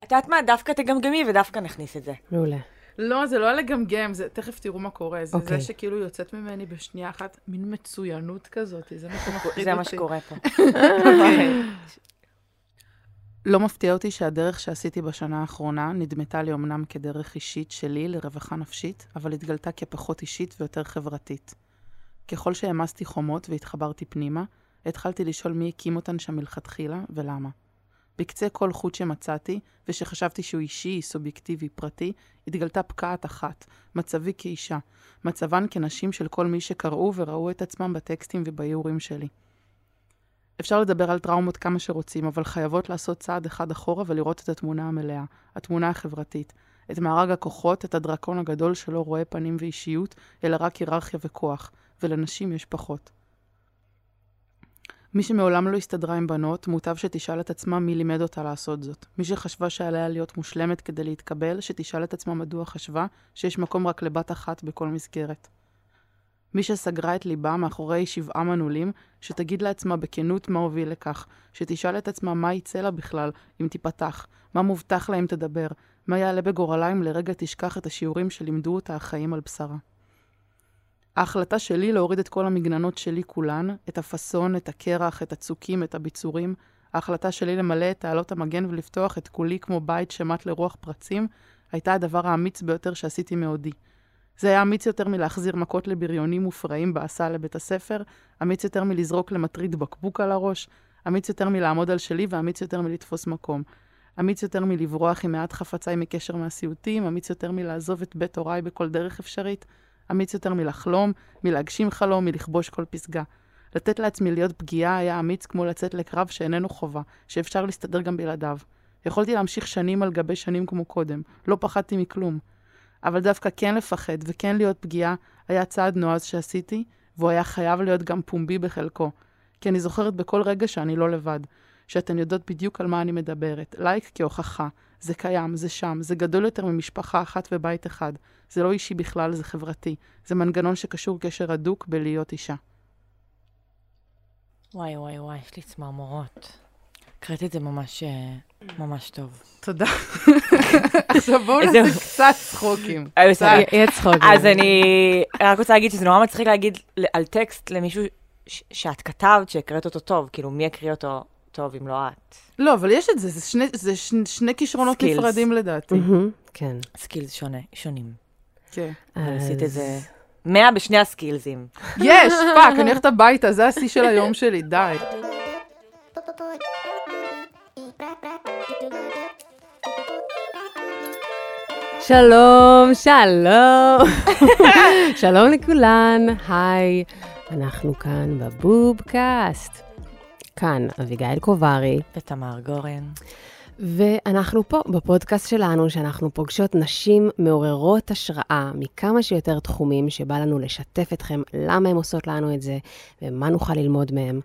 את יודעת מה? דווקא תגמגמי ודווקא נכניס את זה. מעולה. לא, זה לא לגמגם, תכף תראו מה קורה. זה זה שכאילו יוצאת ממני בשנייה אחת, מין מצוינות כזאת. זה מה שקורה פה. לא מפתיע אותי שהדרך שעשיתי בשנה האחרונה נדמתה לי אמנם כדרך אישית שלי לרווחה נפשית, אבל התגלתה כפחות אישית ויותר חברתית. ככל שהעמסתי חומות והתחברתי פנימה, התחלתי לשאול מי הקים אותן שם מלכתחילה ולמה. בקצה כל חוט שמצאתי, ושחשבתי שהוא אישי, סובייקטיבי, פרטי, התגלתה פקעת אחת, מצבי כאישה, מצבן כנשים של כל מי שקראו וראו את עצמם בטקסטים ובאיורים שלי. אפשר לדבר על טראומות כמה שרוצים, אבל חייבות לעשות צעד אחד אחורה ולראות את התמונה המלאה, התמונה החברתית, את מארג הכוחות, את הדרקון הגדול שלא רואה פנים ואישיות, אלא רק היררכיה וכוח, ולנשים יש פחות. מי שמעולם לא הסתדרה עם בנות, מוטב שתשאל את עצמה מי לימד אותה לעשות זאת. מי שחשבה שעליה להיות מושלמת כדי להתקבל, שתשאל את עצמה מדוע חשבה שיש מקום רק לבת אחת בכל מסגרת. מי שסגרה את ליבה מאחורי 7 מנעולים, שתגיד לעצמה בכנות מה הוביל לכך, שתשאל את עצמה מה יצא לה בכלל אם תיפתח, מה מובטח לה אם תדבר, מה יעלה בגורלה אם לרגע תשכח את השיעורים שלימדו אותה החיים על בשרה. ההחלטה שלי להוריד את כל המגננות שלי כולן, את הפסון, את הקרח, את הצוקים, את הביצורים, ההחלטה שלי למלא את תעלות המגן ולפתוח את כולי כמו בית שמט לרוח פרצים, הייתה הדבר האמיץ ביותר שעשיתי מעודי. זה היה אמיץ יותר מלהחזיר מכות לבריונים מופרעים בהסעה לבית הספר, אמיץ יותר מלזרוק למטריד בקבוק על הראש, אמיץ יותר מלעמוד על שלי ואמיץ יותר מלתפוס מקום. אמיץ יותר מלברוח עם מעט חפצי מקשר מהסיוטים, אמיץ יותר מלעזוב את בית הוריי בכל דרך אפשרית, אמיץ יותר מלחלום, מלהגשים חלום, מלכבוש כל פסגה. לתת לעצמי להיות פגיעה היה אמיץ כמו לצאת לקרב שאיננו חובה, שאפשר להסתדר גם בלעדיו. יכולתי להמשיך שנים על גבי שנים כמו קודם, לא פחדתי מכלום. אבל דווקא כן לפחד וכן להיות פגיעה היה צעד נועז שעשיתי, והוא היה חייב להיות גם פומבי בחלקו. כי אני זוכרת בכל רגע שאני לא לבד, שאתן יודעות בדיוק על מה אני מדברת. לייק כהוכחה. זה קיים, זה שם, זה גדול יותר ממשפחה אחת ובית אחד. זה לא אישי בכלל, זה חברתי. זה מנגנון שקשור קשר הדוק בלהיות אישה. וואי, וואי, וואי, יש לי צמרמורות. קראת את זה ממש, ממש טוב. תודה. עכשיו בואו נעשה קצת צחוקים. יהיה צחוקים. אז אני רק רוצה להגיד שזה נורא מצחיק להגיד על טקסט למישהו שאת כתבת, שהקראת אותו טוב. כאילו, מי יקריא אותו טוב אם לא את? לא, אבל יש את זה. זה שני כישרונות נפרדים לדעתי. כן. סקילס שונים. כן. עשית את זה 100 בשני הסקילזים. יש, פאק, אני הולכת הביתה, זה השיא של היום שלי, די. שלום, שלום. שלום לכולן, היי. אנחנו כאן בבובקאסט. כאן אביגיל קוברי. ותמר גורן. ואנחנו פה בפודקאסט שלנו, שאנחנו פוגשות נשים מעוררות השראה מכמה שיותר תחומים שבא לנו לשתף אתכם למה הן עושות לנו את זה ומה נוכל ללמוד מהם.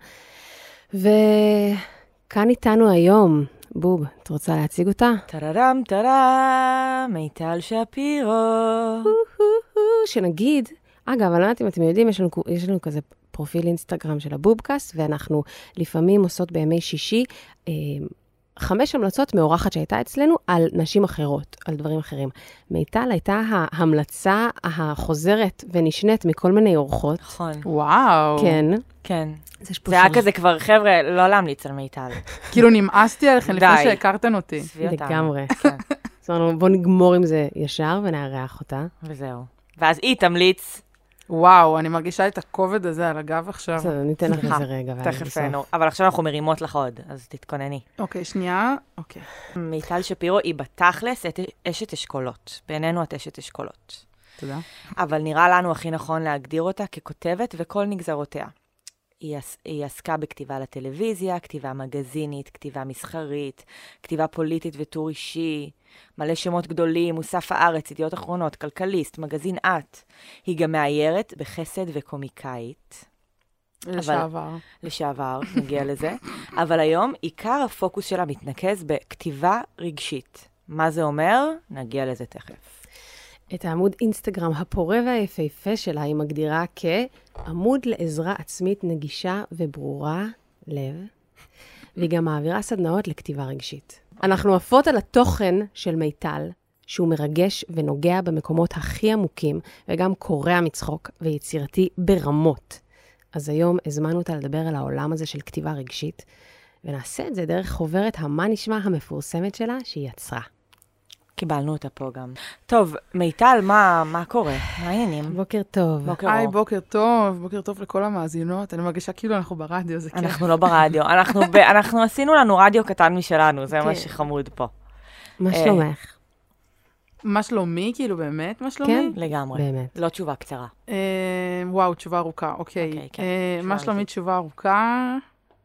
וכאן איתנו היום, בוב, את רוצה להציג אותה? טררם טרם, מיטל שפירו. שנגיד, אגב, אני לא יודעת אם אתם יודעים, יש לנו כזה פרופיל אינסטגרם של הבובקאסט, ואנחנו לפעמים עושות בימי שישי 5 המלצות מאורחת שהייתה אצלנו על נשים אחרות, על דברים אחרים. מיטל הייתה ההמלצה החוזרת ונשנית מכל מיני אורחות. נכון. וואו. כן. כן. זה היה כזה כבר, חבר'ה, לא להמליץ על מיטל. כאילו נמאסתי עליכם לפני שהכרתן אותי. לגמרי. זאת אומרת, בוא נגמור עם זה ישר ונארח אותה. וזהו. ואז היא תמליץ. וואו, אני מרגישה את הכובד הזה על הגב עכשיו. בסדר, ניתן לך איזה רגע. תכף, אבל עכשיו אנחנו מרימות לך עוד, אז תתכונני. אוקיי, שנייה. אוקיי. מיטל שפירו היא בתכלס אשת אשכולות. בעינינו את אשת אשכולות. תודה. אבל נראה לנו הכי נכון להגדיר אותה ככותבת וכל נגזרותיה. היא עסקה בכתיבה לטלוויזיה, כתיבה מגזינית, כתיבה מסחרית, כתיבה פוליטית וטור אישי, מלא שמות גדולים, מוסף הארץ, ידיעות אחרונות, כלכליסט, מגזין את. היא גם מאיירת בחסד וקומיקאית. לשעבר, נגיע לזה. אבל היום עיקר הפוקוס שלה מתנקז בכתיבה רגשית. מה זה אומר? נגיע לזה תכף. את העמוד אינסטגרם הפורה והיפהפה שלה היא מגדירה כעמוד לעזרה עצמית נגישה וברורה לב, והיא גם מעבירה סדנאות לכתיבה רגשית. אנחנו עפות על התוכן של מיטל, שהוא מרגש ונוגע במקומות הכי עמוקים, וגם קורע מצחוק ויצירתי ברמות. אז היום הזמנו אותה לדבר על העולם הזה של כתיבה רגשית, ונעשה את זה דרך חוברת המה נשמע המפורסמת שלה שהיא יצרה. קיבלנו אותה פה גם. טוב, מיטל, מה קורה? מה העניינים? בוקר טוב. היי, בוקר טוב. בוקר טוב לכל המאזינות. אני מרגישה כאילו אנחנו ברדיו, זה כיף. אנחנו לא ברדיו. אנחנו עשינו לנו רדיו קטן משלנו, זה מה שחמוד פה. מה שלומך? מה שלומי? כאילו באמת מה שלומי? כן, לגמרי. באמת. לא תשובה קצרה. וואו, תשובה ארוכה, אוקיי. כן. מה שלומי תשובה ארוכה?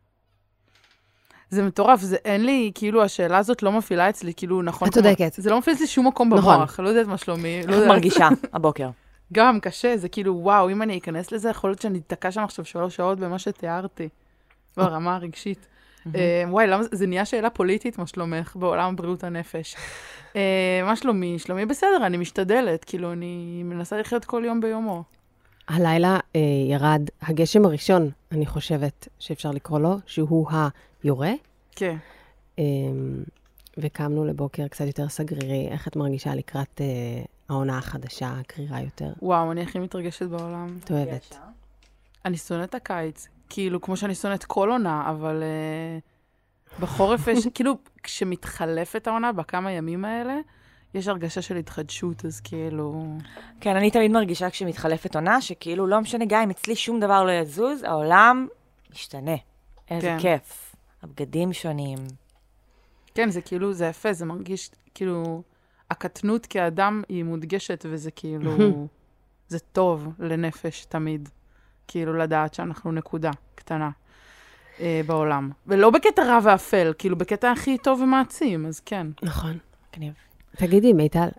זה מטורף, אין לי, כאילו, השאלה הזאת לא מפעילה אצלי, כאילו, נכון. את צודקת. זה לא מפעיל אצלי שום מקום במוח, לא יודעת מה שלומי. איך מרגישה הבוקר? גם קשה, זה כאילו, וואו, אם אני אכנס לזה, יכול להיות שאני אתקע שם עכשיו 3 שעות במה שתיארתי, ברמה הרגשית. וואי, למה זה נהיה שאלה פוליטית, מה שלומך, בעולם בריאות הנפש. מה שלומי? שלומי בסדר, אני משתדלת, כאילו, אני מנסה לחיות כל יום ביומו. הלילה ירד הגשם הראשון, אני חושבת שאפשר לקרוא לו, שהוא היורה. כן. וקמנו לבוקר קצת יותר סגרירי. איך את מרגישה לקראת העונה החדשה, הקרירה יותר? וואו, אני הכי מתרגשת בעולם. את אוהבת. אני שונאת הקיץ. כאילו, כמו שאני שונאת כל עונה, אבל בחורף יש, כאילו, כשמתחלפת העונה בכמה ימים האלה, יש הרגשה של התחדשות, אז כאילו... כן, אני תמיד מרגישה כשמתחלפת עונה, שכאילו לא משנה גיא, אם אצלי שום דבר לא יזוז, העולם משתנה. איזה כיף. הבגדים שונים. כן, זה כאילו, זה יפה, זה מרגיש, כאילו, הקטנות כאדם היא מודגשת, וזה כאילו, זה טוב לנפש תמיד. כאילו, לדעת שאנחנו נקודה קטנה בעולם. ולא בקטע רע ואפל, כאילו, בקטע הכי טוב ומעצים, אז כן. נכון. גניב. תגידי, מיטל,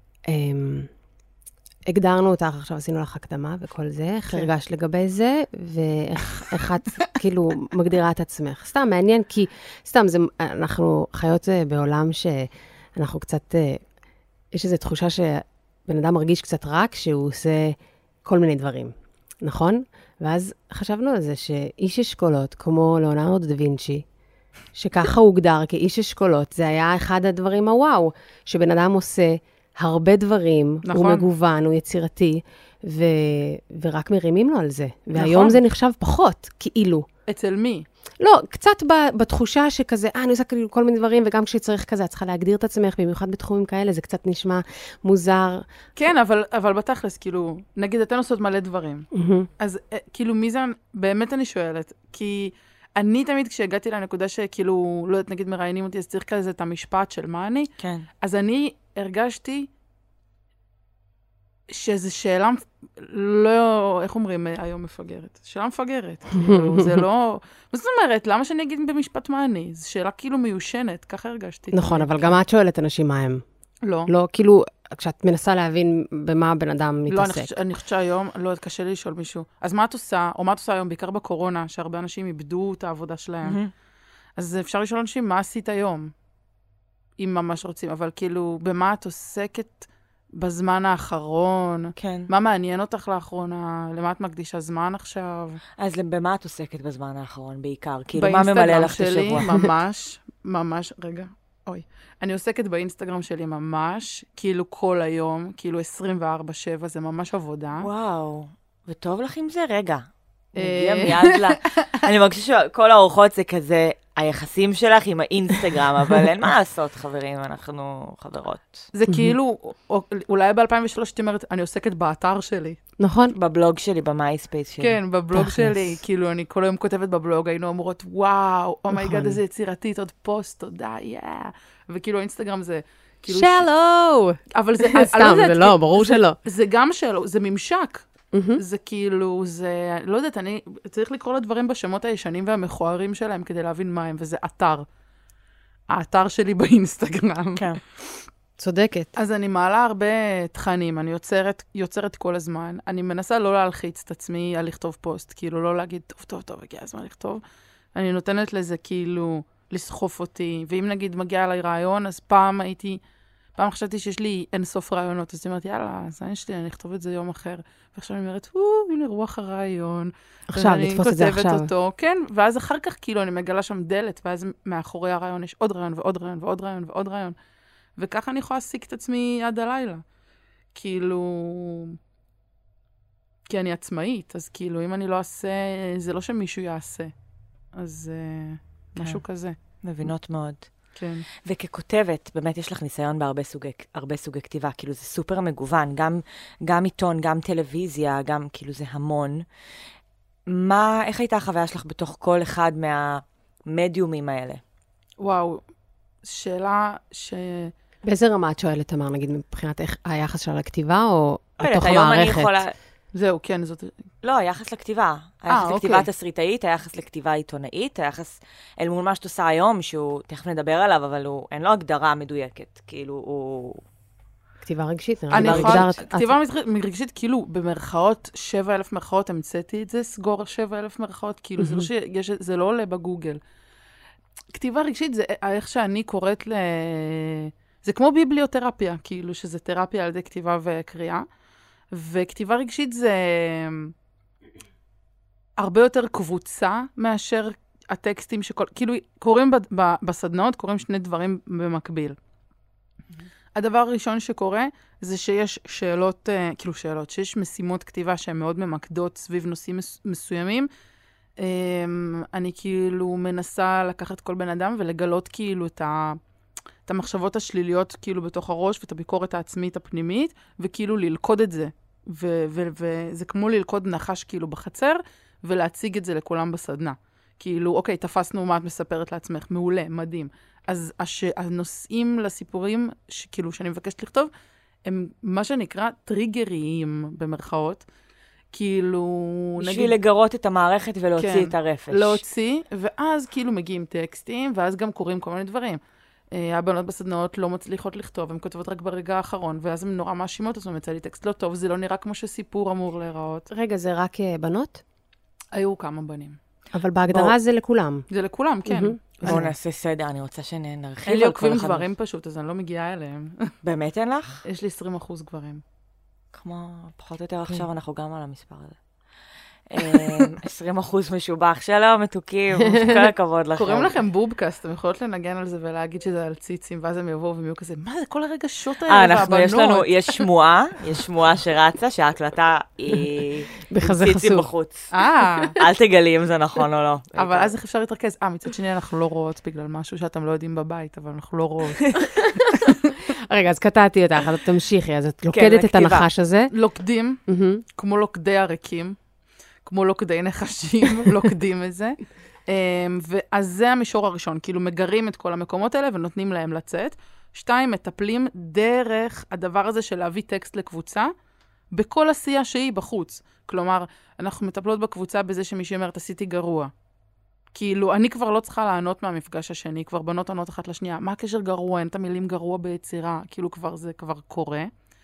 הגדרנו אותך, עכשיו עשינו לך הקדמה וכל זה, איך הרגשת לגבי זה, ואיך את כאילו מגדירה את עצמך. סתם, מעניין, כי סתם, אנחנו חיות בעולם שאנחנו קצת, יש איזו תחושה שבן אדם מרגיש קצת רק, שהוא עושה כל מיני דברים, נכון? ואז חשבנו על זה שאיש אשכולות, כמו ליאונרדו דה וינצ'י, שככה הוא הוגדר כאיש אשכולות, זה היה אחד הדברים הוואו, שבן אדם עושה הרבה דברים, נכון. הוא מגוון, הוא יצירתי, ורק מרימים לו על זה. נכון. והיום זה נחשב פחות, כאילו. אצל מי? לא, קצת בתחושה שכזה, אני עושה כאילו כל מיני דברים, וגם כשצריך כזה, את צריכה להגדיר את עצמך, במיוחד בתחומים כאלה, זה קצת נשמע מוזר. כן, אבל בתכלס, כאילו, נגיד, אתן עושות מלא דברים. אז כאילו, מי זה, באמת אני שואלת, כי אני תמיד כשהגעתי לנקודה שכאילו, לא יודעת, נגיד מראיינים אותי, אז צריך כזה את המשפט של מה אני. כן. אז אני הרגשתי שזו שאלה, לא, איך אומרים היום מפגרת? שאלה מפגרת. כאילו, זה לא... מה זאת אומרת? למה שאני אגיד במשפט מה אני? זו שאלה כאילו מיושנת, ככה הרגשתי. נכון, אבל גם את שואלת אנשים מה הם. לא. לא, כאילו, כשאת מנסה להבין במה הבן אדם מתעסק. לא, אני חושבת שהיום, לא, קשה לי לשאול מישהו. אז מה את עושה? או מה את עושה היום, בעיקר בקורונה, שהרבה אנשים איבדו את העבודה שלהם. אז אפשר לשאול אנשים, מה עשית היום? אם ממש רוצים, אבל כאילו, במה את עוסקת בזמן האחרון? כן. מה מעניין אותך לאחרונה? למה את מקדישה זמן עכשיו? אז במה את עוסקת בזמן האחרון בעיקר? כאילו, מה ממלא לך את השבוע? באינסטגרם שלי, ממש, רגע, אוי. אני עוסקת באינסטגרם שלי ממש, כאילו כל היום, כאילו 24/7, זה ממש עבודה. וואו, וטוב לך עם זה? רגע. נגיע מיד אני מרגישה שכל האורחות זה כזה, היחסים שלך עם האינסטגרם, אבל אין מה לעשות, חברים, אנחנו חברות. זה כאילו, אולי ב-2003 זאת אומרת, אני עוסקת באתר שלי. נכון. בבלוג שלי, במייספייס שלי. כן, בבלוג שלי, כאילו, אני כל היום כותבת בבלוג, היינו אמורות, וואו, אומייגאד, איזה יצירתית, עוד פוסט, תודה, וכאילו, האינסטגרם זה... שלו! אבל זה... סתם, זה לא, ברור שלא. זה גם שלו, זה ממשק. זה כאילו, זה, לא יודעת, אני צריך לקרוא לדברים בשמות הישנים והמכוערים שלהם כדי להבין מה הם, וזה אתר. האתר שלי באינסטגרם. כן. צודקת. אז אני מעלה הרבה תכנים, אני יוצרת כל הזמן. אני מנסה לא להלחיץ את עצמי על לכתוב פוסט, כאילו לא להגיד, טוב, הגיע הזמן לכתוב. אני נותנת לזה כאילו לסחוף אותי, ואם נגיד מגיע אליי רעיון, אז פעם פעם חשבתי שיש לי אין סוף רעיונות, אז אמרתי, יאללה, אז אני אכתוב את זה יום אחר. ועכשיו אני אומרת, הנה רוח הרעיון. עכשיו, לתפוס את זה עכשיו. אותו, כן, ואז אחר כך כאילו אני מגלה שם דלת, ואז מאחורי הרעיון יש עוד רעיון ועוד רעיון ועוד רעיון ועוד רעיון. וככה אני יכולה להסיק את עצמי עד הלילה. כאילו... כי אני עצמאית, אז כאילו, אם אני לא אעשה, זה לא שמישהו יעשה. אז משהו כזה. מבינות מאוד. כן. וככותבת, באמת יש לך ניסיון בהרבה סוגי כתיבה, כאילו זה סופר מגוון, גם עיתון, גם טלוויזיה, גם כאילו זה המון. איך הייתה החוויה שלך בתוך כל אחד מהמדיומים האלה? וואו, שאלה באיזה רמה את שואלת, תמר, נגיד, מבחינת היחס שלה לכתיבה, או בתוך היום המערכת? אני יכולה... זהו, כן, זאת... לא, היחס לכתיבה. היחס לכתיבה תסריטאית, היחס לכתיבה עיתונאית, היחס אל מול מה שאת עושה היום, שהוא, תכף נדבר עליו, אבל אין לו הגדרה מדויקת. כאילו, הוא... כתיבה רגשית. כתיבה רגשית, כאילו, במרכאות, 7,000 מרכאות, המצאתי את זה, סגור 7,000 מרכאות, כאילו, זה לא עולה בגוגל. כתיבה רגשית זה איך שאני קוראת זה כמו ביבליותרפיה, כאילו, שזה תרפיה על ידי כתיבה וקריאה. וכתיבה רגשית זה הרבה יותר קבוצה מאשר הטקסטים כאילו קוראים בסדנאות, קוראים שני דברים במקביל. הדבר הראשון שקורה זה שיש שאלות, שיש משימות כתיבה שהן מאוד ממקדות סביב נושאים מסוימים. אני כאילו מנסה לקחת כל בן אדם ולגלות כאילו את המחשבות השליליות כאילו בתוך הראש ואת הביקורת העצמית הפנימית, וכאילו ללכוד את זה. וזה כמו ללכוד נחש כאילו בחצר, ולהציג את זה לכולם בסדנה. כאילו, אוקיי, תפסנו מה את מספרת לעצמך, מעולה, מדהים. אז הנושאים לסיפורים, כאילו, שאני מבקשת לכתוב, הם מה שנקרא טריגריים במרכאות. כאילו... בשביל לגרות את המערכת ולהוציא את הרפש. להוציא, ואז כאילו מגיעים טקסטים, ואז גם קוראים כל מיני דברים. הבנות בסדנאות לא מצליחות לכתוב, הן כותבות רק ברגע האחרון, ואז הן נורא מאשימות, אז הוא מצא לי טקסט לא טוב, זה לא נראה כמו שסיפור אמור להיראות. רגע, זה רק בנות? היו כמה בנים. אבל בהגדרה זה לכולם. זה לכולם, כן. בואו נעשה סדר, אני רוצה שנרחיב אין לי עוקבים גברים פשוט, אז אני לא מגיעה אליהם. באמת אין לך? יש לי 20% גברים. כמו, פחות או יותר עכשיו אנחנו גם על המספר הזה. 20% משובח, שלום, מתוקים, כל הכבוד לכם. קוראים לכם בובקאסט, אתם יכולות לנגן על זה ולהגיד שזה על ציצים, ואז הם יבואו ויהיו כזה, מה זה כל הרגשות האלה והבנות? יש שמועה שרצה, שההקלטה היא ציצים בחוץ. אל תגלי אם זה נכון או לא. אבל אז איך אפשר להתרכז? מצד שני, אנחנו לא רואות בגלל משהו שאתם לא יודעים בבית, אבל אנחנו לא רואות. רגע, אז קטעתי אותך, אז תמשיכי, אז את לוקדת את הנחש הזה. לוקדים, כמו לוקדי הריקים. כמו לוקדי נחשים, לוקדים את זה. ואז זה המישור הראשון, כאילו מגרים את כל המקומות האלה ונותנים להם לצאת. 2, מטפלים דרך הדבר הזה של להביא טקסט לקבוצה, בכל עשייה שהיא בחוץ. כלומר, אנחנו מטפלות בקבוצה בזה שמישהי אומרת, עשיתי גרוע. כאילו, אני כבר לא צריכה לענות מהמפגש השני, כבר בנות עונות אחת לשנייה. מה הקשר גרוע? אין את המילים גרוע ביצירה, כאילו זה כבר קורה.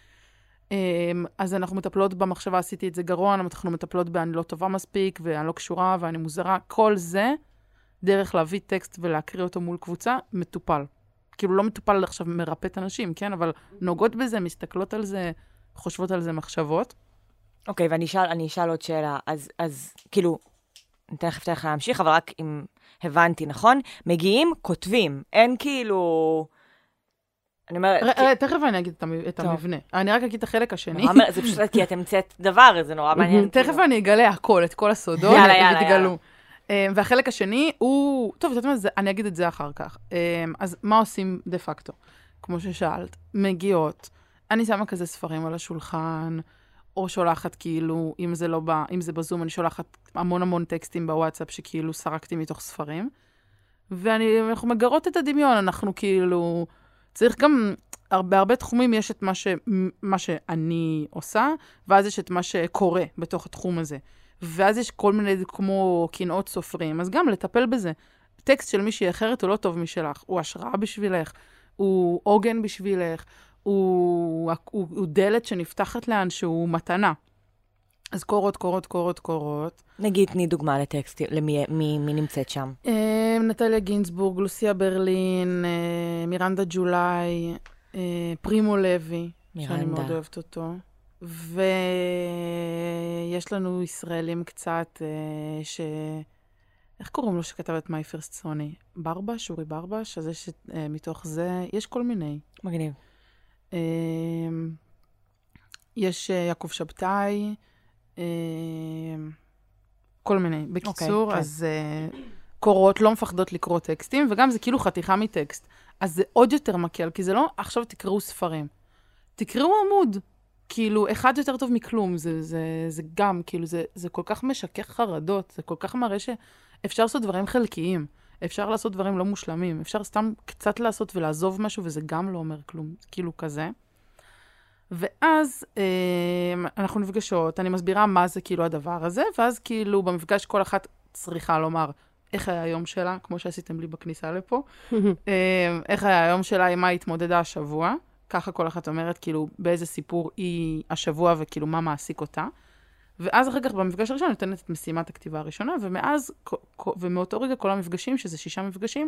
אז אנחנו מטפלות במחשבה, עשיתי את זה גרוע, אנחנו מטפלות באני לא טובה מספיק, ואני לא קשורה, ואני מוזרה. כל זה, דרך להביא טקסט ולהקריא אותו מול קבוצה, מטופל. כאילו לא מטופל עכשיו מרפאת אנשים, כן? אבל נוגעות בזה, מסתכלות על זה, חושבות על זה מחשבות. אוקיי, ואני אשאל עוד שאלה. אז כאילו, אני תכף להמשיך, אבל רק אם הבנתי, נכון? מגיעים, כותבים. אין כאילו... אני אומרת... תכף אני אגיד את המבנה. אני רק אגיד את החלק השני. זה פשוט כי את המצאת דבר, זה נורא מעניין. תכף אני אגלה הכל, את כל הסודות. יאללה. והחלק השני הוא... טוב, אני אגיד את זה אחר כך. אז מה עושים דה פקטו? כמו ששאלת, מגיעות. אני שמה כזה ספרים על השולחן, או שולחת כאילו, אם זה בזום, אני שולחת המון טקסטים בוואטסאפ שכאילו סרקתי מתוך ספרים. ואנחנו מגרות את הדמיון, אנחנו כאילו... צריך גם, בהרבה תחומים יש את מה שאני עושה, ואז יש את מה שקורה בתוך התחום הזה. ואז יש כל מיני כמו קנאות סופרים, אז גם לטפל בזה. טקסט של מישהי אחרת הוא לא טוב משלך, הוא השראה בשבילך, הוא עוגן בשבילך, הוא דלת שנפתחת לאן שהוא מתנה. אז קורות. נגיד, תני דוגמה לטקסט, מי נמצאת שם? נטליה גינסבורג, לוסיה ברלין, מירנדה ג'ולי. פרימו לוי, מירנדה. שאני מאוד אוהבת אותו. ויש לנו ישראלים קצת איך קוראים לו שכתב את My First Sony? ברבש, אורי ברבש, אז יש מתוך זה, יש כל מיני. מגניב. יש יעקב שבתאי, כל מיני. בקיצור, כן. אז קורות לא מפחדות לקרוא טקסטים, וגם זה כאילו חתיכה מטקסט. אז זה עוד יותר מקל, כי זה לא, עכשיו תקראו ספרים. תקראו עמוד. כאילו, אחד יותר טוב מכלום. זה גם, כאילו, זה כל כך משכך חרדות, זה כל כך מראה שאפשר לעשות דברים חלקיים. אפשר לעשות דברים לא מושלמים. אפשר סתם קצת לעשות ולעזוב משהו, וזה גם לא אומר כלום. כאילו כזה. ואז אנחנו נפגשות, אני מסבירה מה זה כאילו הדבר הזה, ואז כאילו במפגש כל אחת צריכה לומר איך היה היום שלה, כמו שעשיתם לי בכניסה לפה, איך היה היום שלה, עם מה היא התמודדה השבוע, ככה כל אחת אומרת כאילו באיזה סיפור היא השבוע וכאילו מה מעסיק אותה, ואז אחר כך במפגש הראשון נותנת את משימת הכתיבה הראשונה, ומאותו רגע כל המפגשים, שזה 6 מפגשים,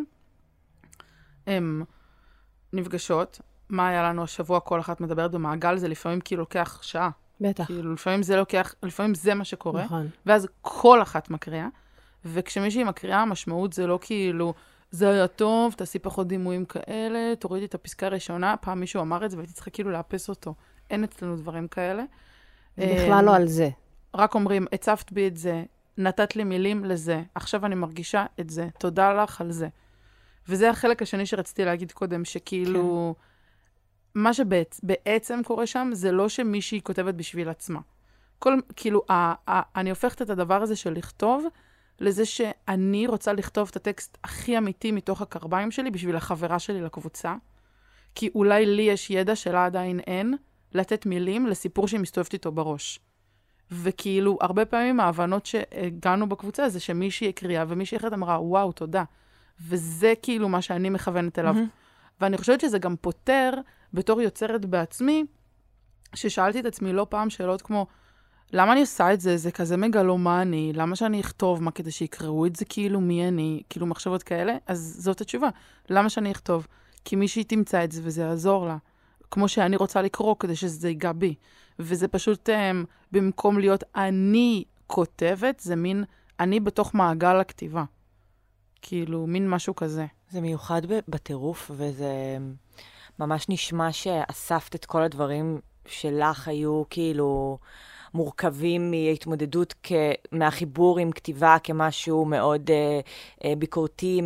הם נפגשות, מה היה לנו השבוע, כל אחת מדברת במעגל, זה לפעמים כאילו לוקח שעה. בטח. כאילו לפעמים זה מה שקורה, נכון. ואז כל אחת מקריאה, וכשמישהי מקריאה, המשמעות זה לא כאילו, זה היה טוב, תעשי פחות דימויים כאלה, תורידי את הפסקה הראשונה, פעם מישהו אמר את זה, והייתי צריכה כאילו לאפס אותו. אין אצלנו דברים כאלה. זה בכלל לא על זה. רק אומרים, הצפת בי את זה, נתת לי מילים לזה, עכשיו אני מרגישה את זה, תודה לך על זה. וזה החלק השני שרציתי להגיד קודם, שכאילו, מה שבעצם קורה שם, זה לא שמישהי כותבת בשביל עצמה. כאילו, אני הופכת את הדבר הזה של לכתוב, לזה שאני רוצה לכתוב את הטקסט הכי אמיתי מתוך הקרביים שלי, בשביל החברה שלי לקבוצה, כי אולי לי יש ידע שלה עדיין אין, לתת מילים לסיפור שהיא מסתובבת איתו בראש. וכאילו, הרבה פעמים ההבנות שהגענו בקבוצה, זה שמישהי הקריאה, ומישהי אחת אמרה, וואו, תודה. וזה כאילו מה שאני מכוונת אליו. ואני חושבת שזה גם פותר, בתור יוצרת בעצמי, ששאלתי את עצמי לא פעם שאלות כמו, למה אני עושה את זה? זה כזה מגלומני, למה שאני אכתוב מה כדי שיקראו את זה כאילו מי אני, כאילו מחשבות כאלה? אז זאת התשובה. למה שאני אכתוב? כי מישהי תמצא את זה וזה יעזור לה. כמו שאני רוצה לקרוא כדי שזה ייגע בי. וזה פשוט, במקום להיות אני כותבת, זה מין, אני בתוך מעגל הכתיבה. כאילו, מין משהו כזה. זה מיוחד בטירוף, וזה ממש נשמע שאספת את כל הדברים שלך היו כאילו מורכבים מהתמודדות מהחיבור עם כתיבה כמשהו מאוד ביקורתי,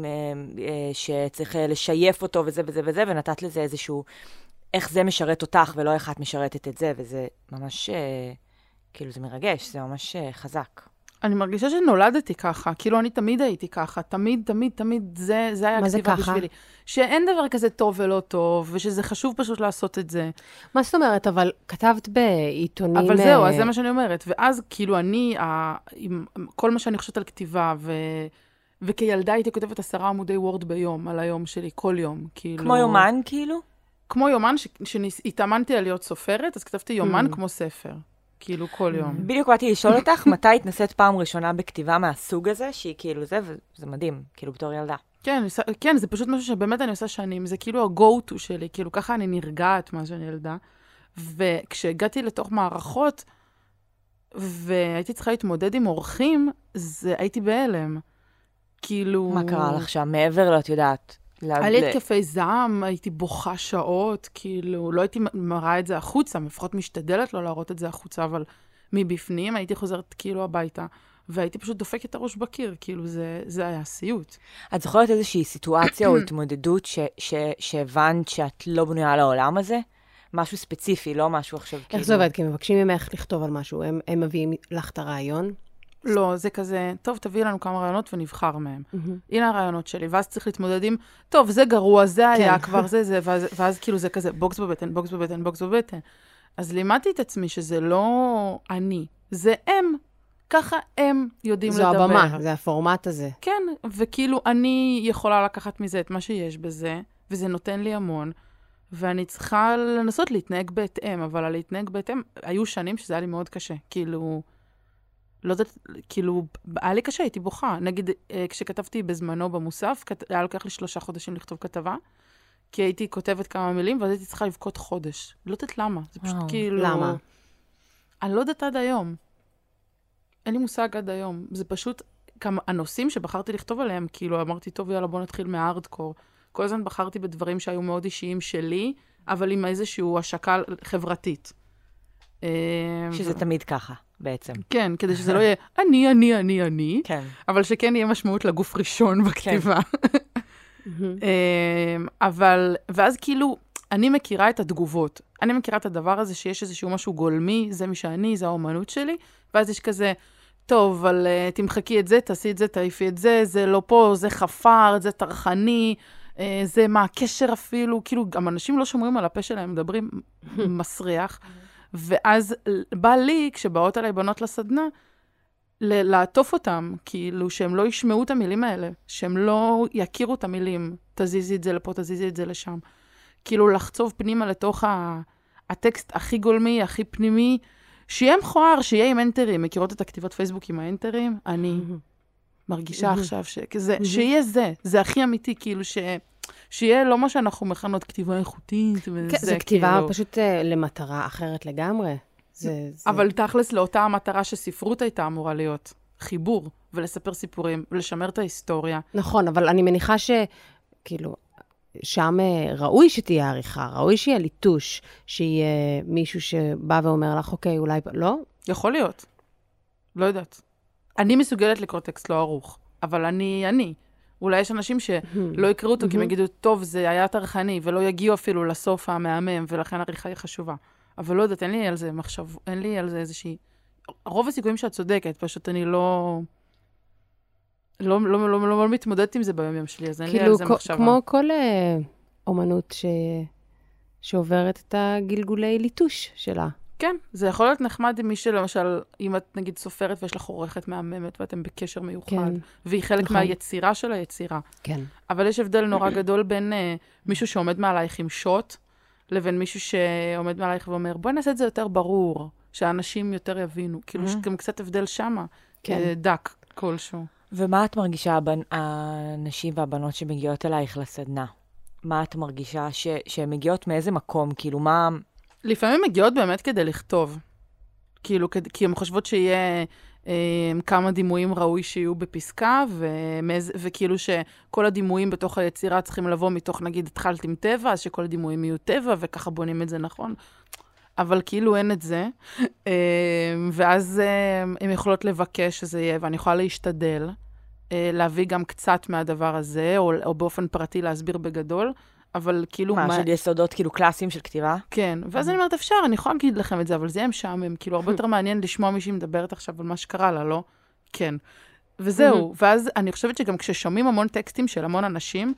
שצריך לשייף אותו וזה וזה וזה, ונתת לזה איזשהו, איך זה משרת אותך ולא איך את משרתת את זה, וזה ממש, כאילו זה מרגש, זה ממש חזק. אני מרגישה שנולדתי ככה, כאילו אני תמיד הייתי ככה, תמיד, זה היה הכתיבה בשבילי. שאין דבר כזה טוב ולא טוב, ושזה חשוב פשוט לעשות את זה. מה זאת אומרת? אבל כתבת בעיתונים... אבל זהו, אז זה מה שאני אומרת. ואז כאילו אני, כל מה שאני חושבת על כתיבה, וכילדה הייתי כותבת 10 עמודי וורד ביום, על היום שלי, כל יום. כמו יומן כאילו? כמו יומן, שהתאמנתי על להיות סופרת, אז כתבתי יומן כמו ספר. כאילו כל יום. בדיוק באתי לשאול אותך, מתי התנסית פעם ראשונה בכתיבה מהסוג הזה, שהיא כאילו זה, וזה מדהים, כאילו בתור ילדה. כן, זה פשוט משהו שבאמת אני עושה שנים, זה כאילו ה-go-to שלי, כאילו ככה אני נרגעת מה שאני ילדה. וכשהגעתי לתוך מערכות, והייתי צריכה להתמודד עם אורחים, הייתי בהלם. כאילו... מה קרה לך שם? מעבר לא, את יודעת. היה לי התקפי זעם, הייתי בוכה שעות, כאילו, לא הייתי מראה את זה החוצה, לפחות משתדלת לא להראות את זה החוצה, אבל מבפנים הייתי חוזרת כאילו הביתה, והייתי פשוט דופקת את הראש בקיר, כאילו זה היה סיוט. את זוכרת איזושהי סיטואציה או התמודדות שהבנת שאת לא בנויה לעולם הזה? משהו ספציפי, לא משהו עכשיו כאילו... איך זה עובד? כי מבקשים ממך לכתוב על משהו, הם מביאים לך את הרעיון? לא, זה כזה, טוב, תביאי לנו כמה רעיונות ונבחר מהם. הנה הרעיונות שלי, ואז צריך להתמודד עם, טוב, זה גרוע, זה היה כבר, זה, ואז כאילו זה כזה, בוקס בבטן. אז לימדתי את עצמי שזה לא אני, זה הם. ככה הם יודעים לדבר. זו הבמה, זה הפורמט הזה. כן, וכאילו אני יכולה לקחת מזה את מה שיש בזה, וזה נותן לי המון, ואני צריכה לנסות להתנהג בהתאם, אבל על להתנהג בהתאם, היו שנים שזה היה לי מאוד קשה, כאילו... לא יודעת, כאילו, היה לי קשה, הייתי בוכה. נגיד, כשכתבתי בזמנו במוסף, היה לוקח לי 3 חודשים לכתוב כתבה, כי הייתי כותבת כמה מילים, ואז הייתי צריכה לבכות חודש. לא יודעת למה. זה פשוט כאילו... למה? אני לא יודעת עד היום. אין לי מושג עד היום. זה פשוט... הנושאים שבחרתי לכתוב עליהם, כאילו אמרתי, טוב, יאללה, בוא נתחיל מהארדקור. כל הזמן בחרתי בדברים שהיו מאוד אישיים שלי, אבל עם איזשהו השקה חברתית. שזה תמיד ככה, בעצם. כן, כדי שזה לא יהיה אני, כן. אבל שכן יהיה משמעות לגוף ראשון בכתיבה. אבל, ואז כאילו, אני מכירה את התגובות. אני מכירה את הדבר הזה שיש איזשהו משהו גולמי, זה מי שאני, זה האומנות שלי, ואז יש כזה, טוב, אבל תמחקי את זה, תעשי את זה, תעיפי את זה, זה לא פה, זה חפר, זה טרחני, זה מה הקשר אפילו, כאילו, גם אנשים לא שומרים על הפה שלהם, מדברים מסריח, ואז בא לי, כשבאות עליי בנות לסדנה, לעטוף אותם, כאילו שהם לא ישמעו את המילים האלה, שהם לא יכירו את המילים, תזיזי את זה לפה, תזיזי את זה לשם. כאילו לחצוב פנימה לתוך הטקסט הכי גולמי, הכי פנימי, שיהיה מכוער, שיהיה עם אנטרים. מכירות את הכתיבות פייסבוק עם האנטרים? אני מרגישה עכשיו שיהיה זה הכי אמיתי, כאילו שיהיה לא מה שאנחנו מכנות כתיבה איכותית. זה כתיבה פשוט למטרה אחרת לגמרי. אבל תכלס לאותה המטרה שספרות הייתה אמורה להיות. חיבור, ולספר סיפורים, ולשמר את ההיסטוריה. נכון, אבל אני מניחה שכאילו, שם ראוי שתהיה עריכה, ראוי שיהיה ליטוש, שיהיה מישהו שבא ואומר לך, אוקיי, אולי לא? יכול להיות. לא יודעת. אני מסוגלת לקרוא טקסט לא ערוך, אבל אני. אולי יש אנשים שלא יקראו אותו, כי הם יגידו, טוב, זה היה טרחני, ולא יגיעו אפילו לסוף המהמם, ולכן העריכה היא חשובה. אבל לא יודעת, אין לי על זה מחשב, אין לי על זה איזושהי... רוב הסיכויים שאת צודקת, פשוט אני לא מתמודדת עם זה ביום שלי, אז אין לי על זה מחשבה. כמו כל אומנות שעוברת את הגלגולי ליטוש שלה. כן, זה יכול להיות נחמד עם מי שלמשל, אם את נגיד סופרת ויש לך עורכת מהממת, ואתם בקשר מיוחד, והיא חלק מהיצירה של היצירה. כן. אבל יש הבדל נורא גדול בין מישהו שעומד מעלייך עם שוט, לבין מישהו שעומד מעלייך ואומר, בואי נעשה את זה יותר ברור, שהאנשים יותר יבינו. כאילו, יש גם קצת הבדל שמה, דק כלשהו. ומה את מרגישה, הנשים והבנות שמגיעות אלייך לסדנה? מה את מרגישה שהן מגיעות מאיזה מקום? כאילו, מה... לפעמים מגיעות באמת כדי לכתוב. כאילו, כי הן חושבות שיהיה כמה דימויים ראוי שיהיו בפסקה, וכאילו שכל הדימויים בתוך היצירה צריכים לבוא מתוך, נגיד, התחלת עם טבע, אז שכל הדימויים יהיו טבע, וככה בונים את זה נכון. אבל כאילו אין את זה. ואז הן יכולות לבקש שזה יהיה, ואני יכולה להשתדל, להביא גם קצת מהדבר הזה, או באופן פרטי להסביר בגדול, אבל כאילו... מה, של יסודות כאילו קלאסיים של כתיבה? כן, ואז אני אומרת, אפשר, אני יכולה להגיד לכם את זה, אבל זה יהיה משעמם, כאילו הרבה יותר מעניין לשמוע מישהי מדברת עכשיו על מה שקרה לה, לא? כן. וזהו, ואז אני חושבת שגם כששומעים המון טקסטים של המון אנשים,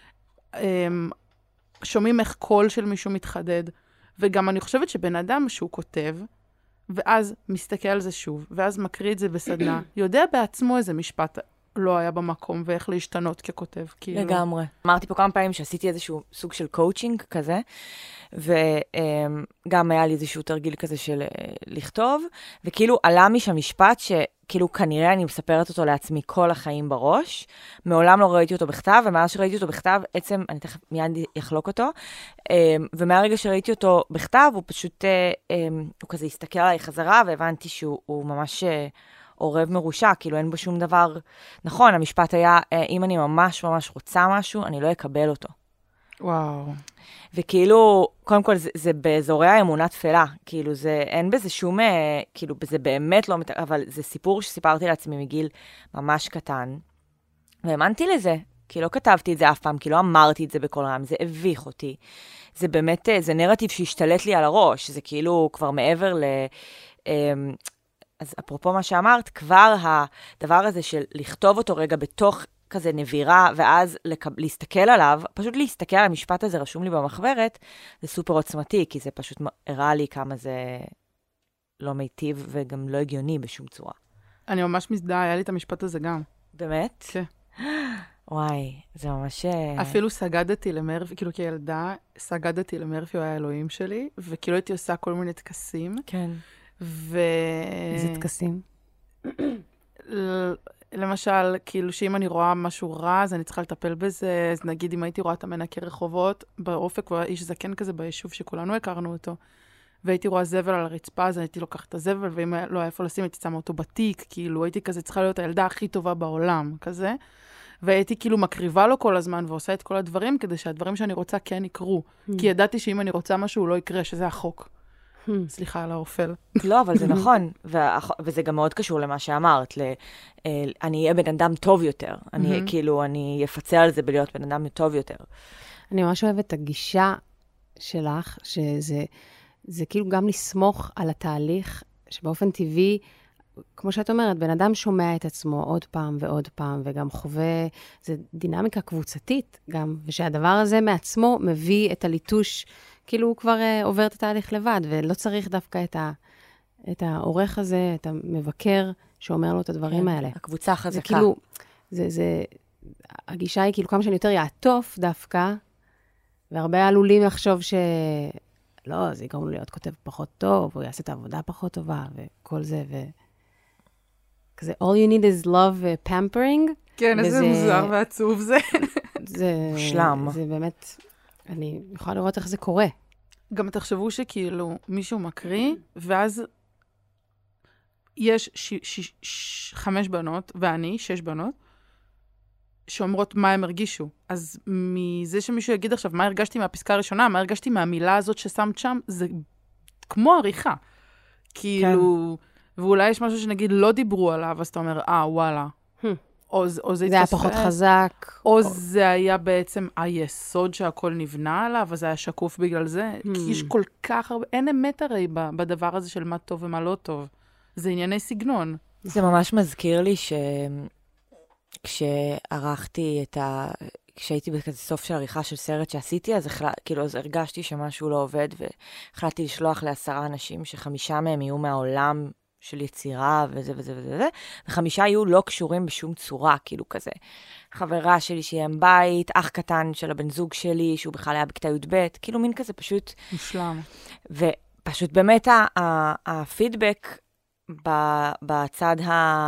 שומעים איך קול של מישהו מתחדד, וגם אני חושבת שבן אדם שהוא כותב, ואז מסתכל על זה שוב, ואז מקריא את זה בסדנה, יודע בעצמו איזה משפט לא היה במקום, ואיך להשתנות ככותב. כאילו. לגמרי. אמרתי פה כמה פעמים שעשיתי איזשהו סוג של קואוצ'ינג כזה, וגם היה לי איזשהו תרגיל כזה של לכתוב, וכאילו עלה משם משפט שכאילו כנראה אני מספרת אותו לעצמי כל החיים בראש, מעולם לא ראיתי אותו בכתב, ומאז שראיתי אותו בכתב, עצם, אני תכף מיד אחלוק אותו, ומהרגע שראיתי אותו בכתב, הוא פשוט, הוא כזה הסתכל עליי חזרה, והבנתי שהוא ממש... עורב מרושע, כאילו אין בו שום דבר. נכון, המשפט היה, אם אני ממש ממש רוצה משהו, אני לא אקבל אותו. וואו. וכאילו, קודם כל, זה באזורי האמונה תפלה. כאילו, אין בזה שום, כאילו, זה באמת לא, אבל זה סיפור שסיפרתי לעצמי מגיל ממש קטן. והאמנתי לזה, כי לא כתבתי את זה אף פעם, כי לא אמרתי את זה בכל רם, זה הביך אותי. זה באמת, זה נרטיב שהשתלט לי על הראש, זה כאילו כבר מעבר אז אפרופו מה שאמרת, כבר הדבר הזה של לכתוב אותו רגע בתוך כזה נבירה, ואז להסתכל עליו, פשוט להסתכל על המשפט הזה, רשום לי במחברת, זה סופר עוצמתי, כי זה פשוט הראה לי כמה זה לא מיטיב וגם לא הגיוני בשום צורה. אני ממש מזדהה, היה לי את המשפט הזה גם. באמת? כן. וואי, זה ממש... אפילו סגדתי למרפי, כאילו כילדה, סגדתי למרפי, הוא היה האלוהים שלי, וכאילו הייתי עושה כל מיני טקסים. כן. איזה טקסים? למשל, כאילו שאם אני רואה משהו רע, אז אני צריכה לטפל בזה, אז נגיד אם הייתי רואה את המנקה רחובות, באופק הוא איש זקן כזה ביישוב שכולנו הכרנו אותו, והייתי רואה זבל על הרצפה, אז הייתי לוקחת את הזבל, ואם לא היה איפה לשים, הייתי שמה אותו בתיק, כאילו הייתי כזה צריכה להיות הילדה הכי טובה בעולם, כזה, והייתי כאילו מקריבה לו כל הזמן, ועושה את כל הדברים, כדי שהדברים שאני רוצה כן יקרו, כי ידעתי שאם אני רוצה משהו, לא יקרה, שזה החוק. סליחה על האופל. לא, אבל זה נכון, וזה גם מאוד קשור למה שאמרת, אני אהיה בן אדם טוב יותר, אני אפצה על זה בלהיות בן אדם טוב יותר. אני ממש אוהבת את הגישה שלך, שזה כאילו גם לסמוך על התהליך, שבאופן טבעי, כמו שאת אומרת, בן אדם שומע את עצמו עוד פעם ועוד פעם, וגם חווה, זה דינמיקה קבוצתית גם, ושהדבר הזה מעצמו מביא את הליטוש, כאילו הוא כבר עובר את התהליך לבד, ולא צריך דווקא את העורך הזה, את המבקר שאומר לו את הדברים האלה. הקבוצה חזקה. זה כאילו, הגישה היא כאילו כמה שאני יותר יעטוף דווקא, והרבה עלולים לחשוב לא, זה יגרום לו להיות כותב פחות טוב, הוא יעשה את העבודה פחות טובה, וכל זה, כזה, all you need is love pampering. כן, איזה מוזר ועצוב זה. זה שלם. זה באמת, אני יכולה לראות איך זה קורה. גם תחשבו שכאילו מישהו מקריא, ואז יש 5 בנות, ואני 6 בנות, שאומרות מה הם הרגישו. אז מזה שמישהו יגיד עכשיו, מה הרגשתי מהפסקה הראשונה, מה הרגשתי מהמילה הזאת ששמת שם, זה כמו עריכה. כאילו, ואולי יש משהו שנגיד לא דיברו עליו, אז אתה אומר, וואלה. זה היה פחות חזק. או זה היה בעצם היסוד שהכל נבנה עליו, אז זה היה שקוף בגלל זה. כי יש כל כך הרבה, אין אמת הרי בדבר הזה של מה טוב ומה לא טוב. זה ענייני סגנון. זה ממש מזכיר לי כשערכתי כשהייתי בסוף של עריכה של סרט שעשיתי, אז הרגשתי שמשהו לא עובד, והחלטתי לשלוח ל10 אנשים ש5 מהם יהיו מהעולם של יצירה וזה וזה וזה, ו5 יהיו לא קשורים בשום צורה, כאילו כזה. חברה שלי שהיא עם בית, אח קטן של הבן זוג שלי, שהוא בכלל היה בכיתה י"ב, כאילו מין כזה פשוט... מושלם. ופשוט באמת הפידבק בצד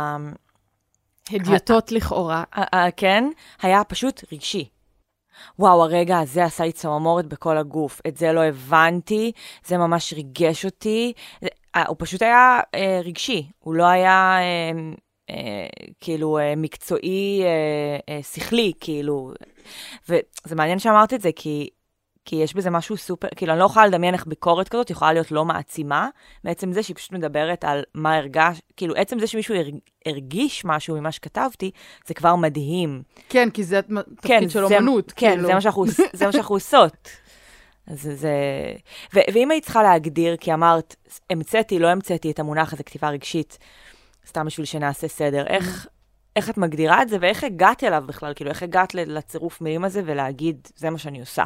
הדיוטות לכאורה. כן, היה פשוט רגשי. וואו, הרגע הזה עשה לי צמרמורת בכל הגוף. את זה לא הבנתי, זה ממש ריגש אותי. הוא פשוט היה רגשי, הוא לא היה כאילו מקצועי, שכלי, כאילו. וזה מעניין שאמרת את זה, כי יש בזה משהו סופר, כאילו אני לא יכולה לדמיין איך ביקורת כזאת יכולה להיות לא מעצימה, בעצם זה שהיא פשוט מדברת על מה הרגש, כאילו עצם זה שמישהו הרגיש משהו ממה שכתבתי, זה כבר מדהים. כן, כי זה תפקיד של אומנות. כן, זה מה שאנחנו עושות. ואם היית צריכה להגדיר, כי אמרת, המצאתי, לא המצאתי את המונח הזה, כתיבה רגשית, סתם בשביל שנעשה סדר, איך את מגדירה את זה, ואיך הגעת אליו בכלל, כאילו איך הגעת לצירוף מילים הזה, ולהגיד, זה מה שאני עושה.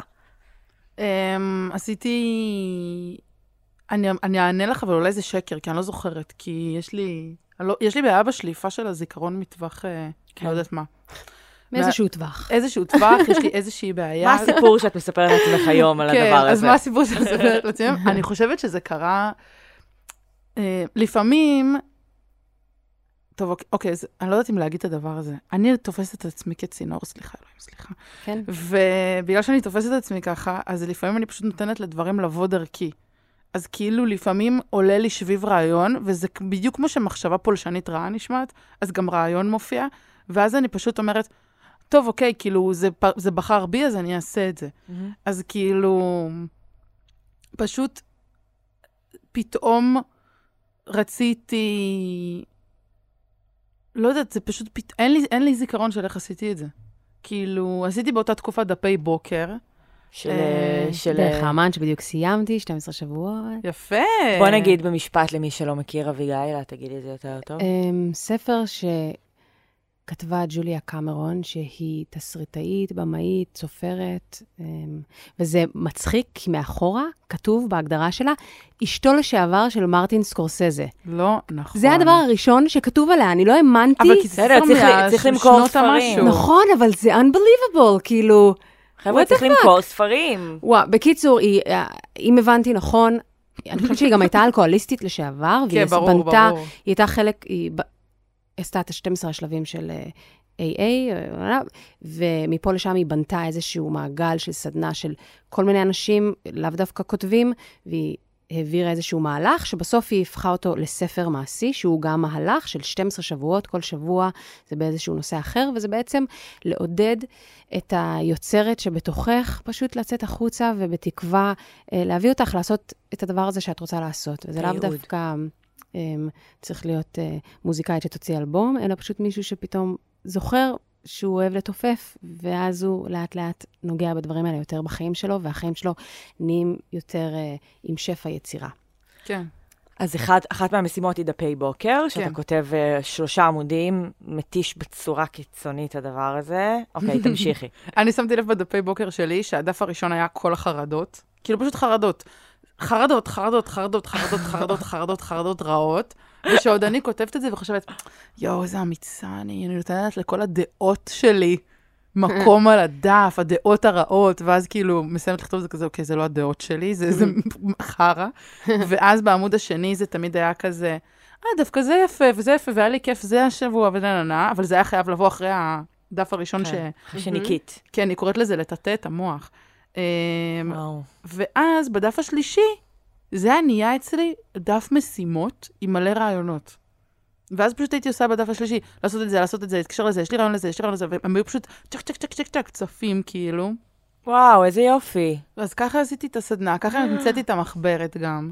עשיתי... אני אענה לך, אבל אולי זה שקר, כי אני לא זוכרת, כי יש לי בעיה בשליפה של הזיכרון מטווח, לא יודעת מה. מאיזשהו טווח. איזשהו טווח, יש לי איזושהי בעיה. מה הסיפור שאת מספרת לעצמך היום על הדבר הזה? כן, אז מה הסיפור שאת מספרת לעצמך? אני חושבת שזה קרה... לפעמים... טוב, אוקיי, אז אני לא יודעת אם להגיד את הדבר הזה. אני תופסת את עצמי כצינור, סליחה, אלוהים, סליחה. כן. ובגלל שאני תופסת את עצמי ככה, אז לפעמים אני פשוט נותנת לדברים לבוא דרכי. אז כאילו לפעמים עולה לי שביב רעיון, וזה בדיוק כמו שמחשבה פולשנית רעה נשמעת, אז גם רעיון מופיע, ואז אני פשוט אומרת, טוב, אוקיי, כאילו זה בחר בי, אז אני אעשה את זה. אז כאילו, פשוט פתאום רציתי... לא יודעת, זה פשוט, אין לי זיכרון של איך עשיתי את זה. כאילו, עשיתי באותה תקופה דפי בוקר. דרך האמן שבדיוק סיימתי, 12 שבועות. יפה. בוא נגיד במשפט למי שלא מכיר, אביגיל, תגידי את זה יותר טוב. ספר שכתבה ג'וליה קמרון, שהיא תסריטאית, במאית, סופרת, וזה מצחיק, כי מאחורה כתוב בהגדרה שלה, אשתו לשעבר של מרטין סקורסזה. לא, נכון. זה הדבר הראשון שכתוב עליה, אני לא האמנתי. אבל כי זה צריך למכור ספרים. נכון, אבל זה unbelievable, כאילו... חבר'ה, צריך למכור ספרים. וואו, בקיצור, אם הבנתי נכון, אני חושבת שהיא גם הייתה אלכוהוליסטית לשעבר, והיא בנתה, היא הייתה חלק, עשתה את 12 השלבים של AA, ומפה לשם היא בנתה איזשהו מעגל של סדנה של כל מיני אנשים, לאו דווקא כותבים, והיא העבירה איזשהו מהלך, שבסוף היא הפכה אותו לספר מעשי, שהוא גם מהלך של 12 שבועות, כל שבוע זה באיזשהו נושא אחר, וזה בעצם לעודד את היוצרת שבתוכך, פשוט לצאת החוצה, ובתקווה להביא אותך לעשות את הדבר הזה שאת רוצה לעשות. וזה לאו דווקא צריך להיות מוזיקאית שתוציא אלבום, אלא פשוט מישהו שפתאום זוכר שהוא אוהב לתופף, ואז הוא לאט לאט נוגע בדברים האלה יותר בחיים שלו, והחיים שלו נהיים יותר עם שפע יצירה. כן. אז אחת מהמשימות היא דפי בוקר, שאתה כותב 3 עמודים, מתיש בצורה קיצונית הדבר הזה. אוקיי, תמשיכי. אני שמתי לב בדפי בוקר שלי, שהדף הראשון היה כל החרדות. כאילו פשוט חרדות. חרדות רעות. ושעוד אני כותבת את זה וחושבת, יואו, איזה אמיצה אני נותנת לכל הדעות שלי מקום על הדף, הדעות הרעות, ואז כאילו מסיימת לכתוב זה כזה, אוקיי, זה לא הדעות שלי, זה חרה. ואז בעמוד השני זה תמיד היה כזה, דווקא זה יפה, וזה יפה, והיה לי כיף, זה השבוע, אבל זה היה חייב לבוא אחרי הדף הראשון שניקית. כן, היא קוראת לזה לטאטא את המוח. ואז בדף השלישי, זה היה נהיה אצלי דף משימות עם מלא רעיונות. ואז פשוט הייתי עושה בדף השלישי, לעשות את זה, להתקשר לזה, יש לי רעיון לזה, והם היו פשוט צ'ק, צפים כאילו. וואו, איזה יופי. אז ככה עשיתי את הסדנה, ככה נמצאתי את המחברת גם.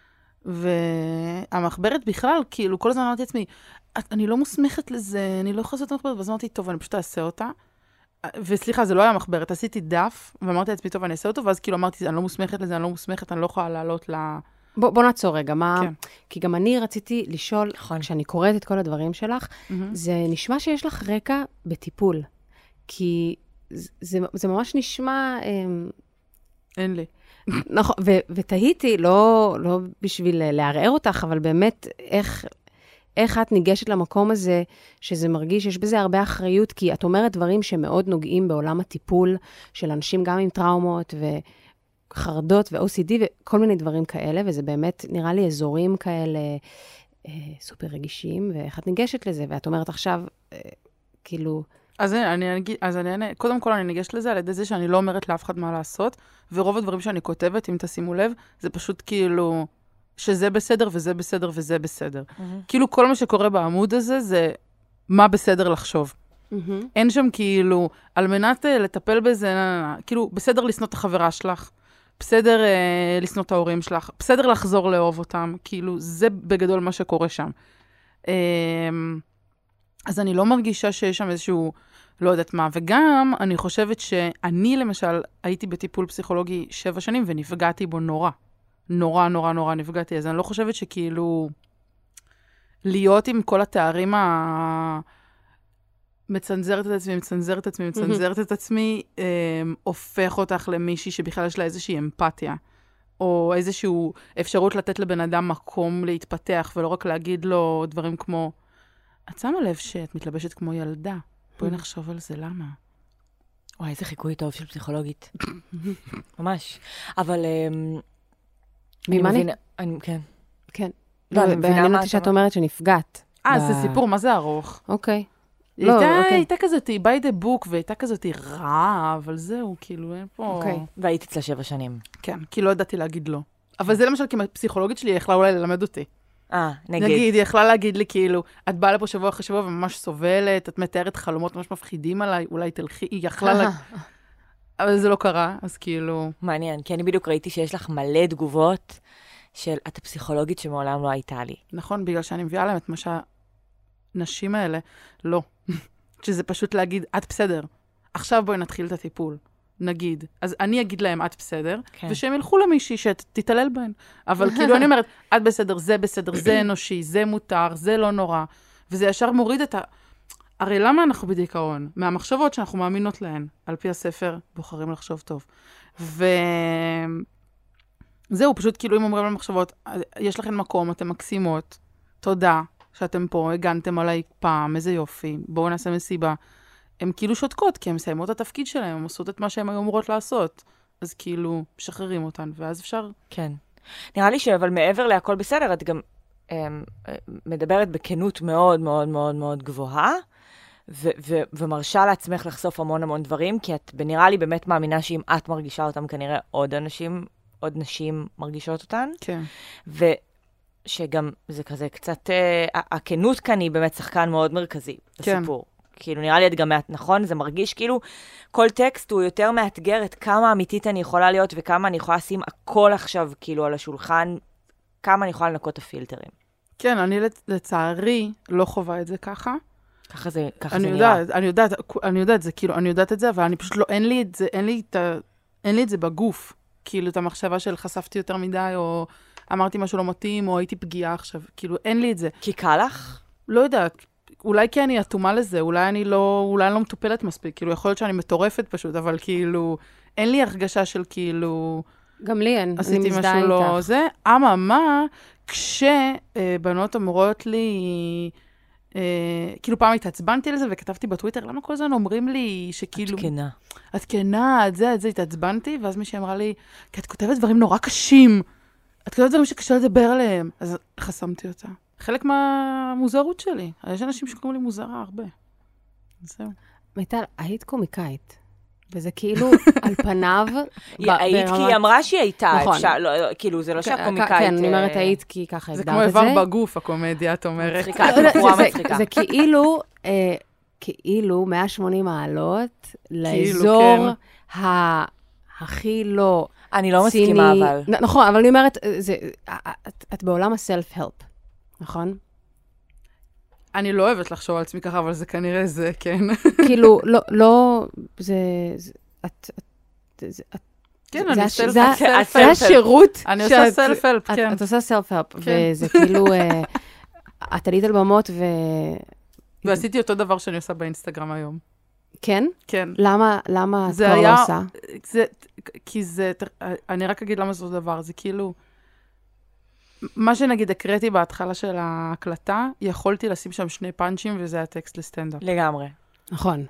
והמחברת בכלל, כאילו, כל הזמן אמרתי לעצמי, אני לא מוסמכת לזה, אני לא יכולה לעשות את המחברת, ואז אמרתי, טוב, אני פשוט אעשה אותה. וסליחה, זה לא היה מחברת, עשיתי דף, ואמרתי לעצמי, טוב, אני אעשה אותו, ואז כאילו אמרתי, אני לא מוסמכת לזה, אני לא יכולה לעלות ל... בוא נעצור רגע, כי גם אני רציתי לשאול, כשאני קוראת את כל הדברים שלך, זה נשמע שיש לך רקע בטיפול, כי זה ממש נשמע... אין לי. נכון, ותהיתי, לא בשביל לערער אותך, אבל באמת, איך את ניגשת למקום הזה, שזה מרגיש, יש בזה הרבה אחריות, כי את אומרת דברים שמאוד נוגעים בעולם הטיפול, של אנשים גם עם טראומות, וחרדות ו-OCD, וכל מיני דברים כאלה, וזה באמת נראה לי אזורים כאלה סופר רגישים, ואיך את ניגשת לזה, ואת אומרת עכשיו, כאילו... אז אני קודם כל אני ניגשת לזה, על ידי זה שאני לא אומרת לאף אחד מה לעשות, ורוב הדברים שאני כותבת, אם תשימו לב, זה פשוט כאילו... שזה בסדר, וזה בסדר, וזה בסדר. כאילו, כל מה שקורה בעמוד הזה, זה מה בסדר לחשוב. אין שם כאילו, על מנת לטפל בזה, כאילו, בסדר לשנוא את החברה שלך, בסדר לשנוא את ההורים שלך, בסדר לחזור לאהוב אותם, כאילו, זה בגדול מה שקורה שם. אז אני לא מרגישה שיש שם איזשהו, לא יודעת מה, וגם אני חושבת שאני, למשל, הייתי בטיפול פסיכולוגי 7 שנים, ונפגעתי בו נורא נפגעתי, אז אני לא חושבת שכאילו להיות עם כל התארים מצנזרת את עצמי, הופך אותך למישהי שבכלל יש לה איזושהי אמפתיה, או איזושהי אפשרות לתת לבן אדם מקום להתפתח, ולא רק להגיד לו דברים כמו, את שמה לב שאת מתלבשת כמו ילדה, בואי נחשוב על זה, למה? וואי, איזה חיקוי טוב של פסיכולוגית. ממש. אבל... ממני? כן. כן. ואני אומרת שאת אומרת שנפגעת. זה סיפור, מה זה ארוך? אוקיי. היא הייתה כזאת, היא by the book, והייתה כזאת רעה, אבל זהו, כאילו, אין פה... אוקיי. והייתי אצלה 7 שנים. כן, כי לא ידעתי להגיד לא. אבל זה למשל, כי הפסיכולוגית שלי יכלה אולי ללמד אותי. נגיד. היא יכלה להגיד לי, כאילו, את באה לפה שבוע אחרי שבוע וממש סובלת, את מתארת חלומות ממש מפחידים עליי, אולי תלכי, היא יכלה אבל זה לא קרה, אז כאילו... מעניין, כי אני בדיוק ראיתי שיש לך מלא תגובות של את הפסיכולוגית שמעולם לא הייתה לי. נכון, בגלל שאני מביאה להם את מה שהנשים האלה, לא. שזה פשוט להגיד, את בסדר. עכשיו בואי נתחיל את הטיפול. נגיד. אז אני אגיד להם, את בסדר, ושהם ילכו למישהי שתתעלל בהן. אבל כאילו אני אומרת, את בסדר, זה אנושי, זה מותר, זה לא נורא. וזה ישר מוריד את ה... הרי למה אנחנו בדיכאון? מהמחשבות שאנחנו מאמינות להן, על פי הספר, בוחרים לחשוב טוב. וזהו, פשוט כאילו אם אומרים למחשבות, יש לכם מקום, אתם מקסימות, תודה שאתם פה, הגנתם עליי פעם, איזה יופי, בואו נעשה מסיבה. הן כאילו שותקות, כי הן מסיימות את התפקיד שלהן, הן עושות את מה שהן היו אמורות לעשות. אז כאילו, משחררים אותן, ואז אפשר... כן. נראה לי אבל מעבר להכל בסדר, את גם מדברת בכנות מאוד מאוד מאוד מאוד גבוהה, ומרשה לעצמך לחשוף המון המון דברים, כי את נראה לי באמת מאמינה שאם את מרגישה אותם, כנראה עוד נשים מרגישות אותן. כן. ושגם זה כזה קצת, הכנות כאן היא באמת שחקן מאוד מרכזי בסיפור. כאילו נראה לי את גם נכון, זה מרגיש כאילו כל טקסט הוא יותר מאתגר את כמה אמיתית אני יכולה להיות, וכמה אני יכולה לשים הכל עכשיו כאילו על השולחן, כמה אני יכולה לנקות את הפילטרים. כן, אני לצערי לא חווה את זה ככה. ככה זה נראה. אני יודעת זה, כאילו, אני יודעת את זה, אבל אני פשוט לא, אין לי את זה בגוף. כאילו, את המחשבה של חשפתי יותר מדי, או אמרתי משהו לא מתאים, או הייתי פגיעה עכשיו. כאילו, אין לי את זה. כי קל לך? לא יודעת. אולי כי אני אטומה לזה, אולי אני לא מטופלת מספיק. כאילו, יכול להיות שאני מטורפת פשוט, אבל כאילו, אין לי הרגשה של כאילו... גם לי אין, אני מזדהה איתך. עשיתי משהו לא זה. אממה, כשבנות אומרות לי... כאילו פעם התעצבנתי לזה וכתבתי בטוויטר, למה כל הזמן אומרים לי שכאילו... את כנה, את זה, התעצבנתי, ואז מישהי אמרה לי, כי את כותבת דברים נורא קשים, את כותבת דברים שקשה לדבר עליהם, אז חסמתי אותה. חלק מהמוזרות שלי, יש אנשים שקוראים לי מוזרה הרבה. זהו. מיטל, היית קומיקאית, וזה כאילו על פניו... היית כי היא אמרה שהיא הייתה, כאילו זה לא שהקומיקאית... כן, אני אומרת היית כי ככה הגדרת את זה. זה כמו איבר בגוף, הקומדיה, את אומרת. זה כאילו 180 מעלות לאזור הכי לא ציני. אני לא מסכימה אבל. נכון, אבל אני אומרת, את בעולם הסלף-הלפ, נכון? אני לא אוהבת לחשוב על עצמי ככה, אבל זה כנראה זה, כן. כאילו, לא, כן, אני סלף-הלפ. זה השירות. אני עושה סלף-הלפ, כן. את עושה סלף-הלפ, וזה כאילו, את עלית על במות ועשיתי אותו דבר שאני עושה באינסטגרם היום. כן? כן. למה את כבר לא עושה? כי זה, אני רק אגיד למה זה אותו דבר, זה כאילו... מה שנגיד הקראתי בהתחלה של ההקלטה, יכולתי לשים שם 2 פאנצ'ים, וזה הטקסט לסטנדאפ. לגמרי. נכון.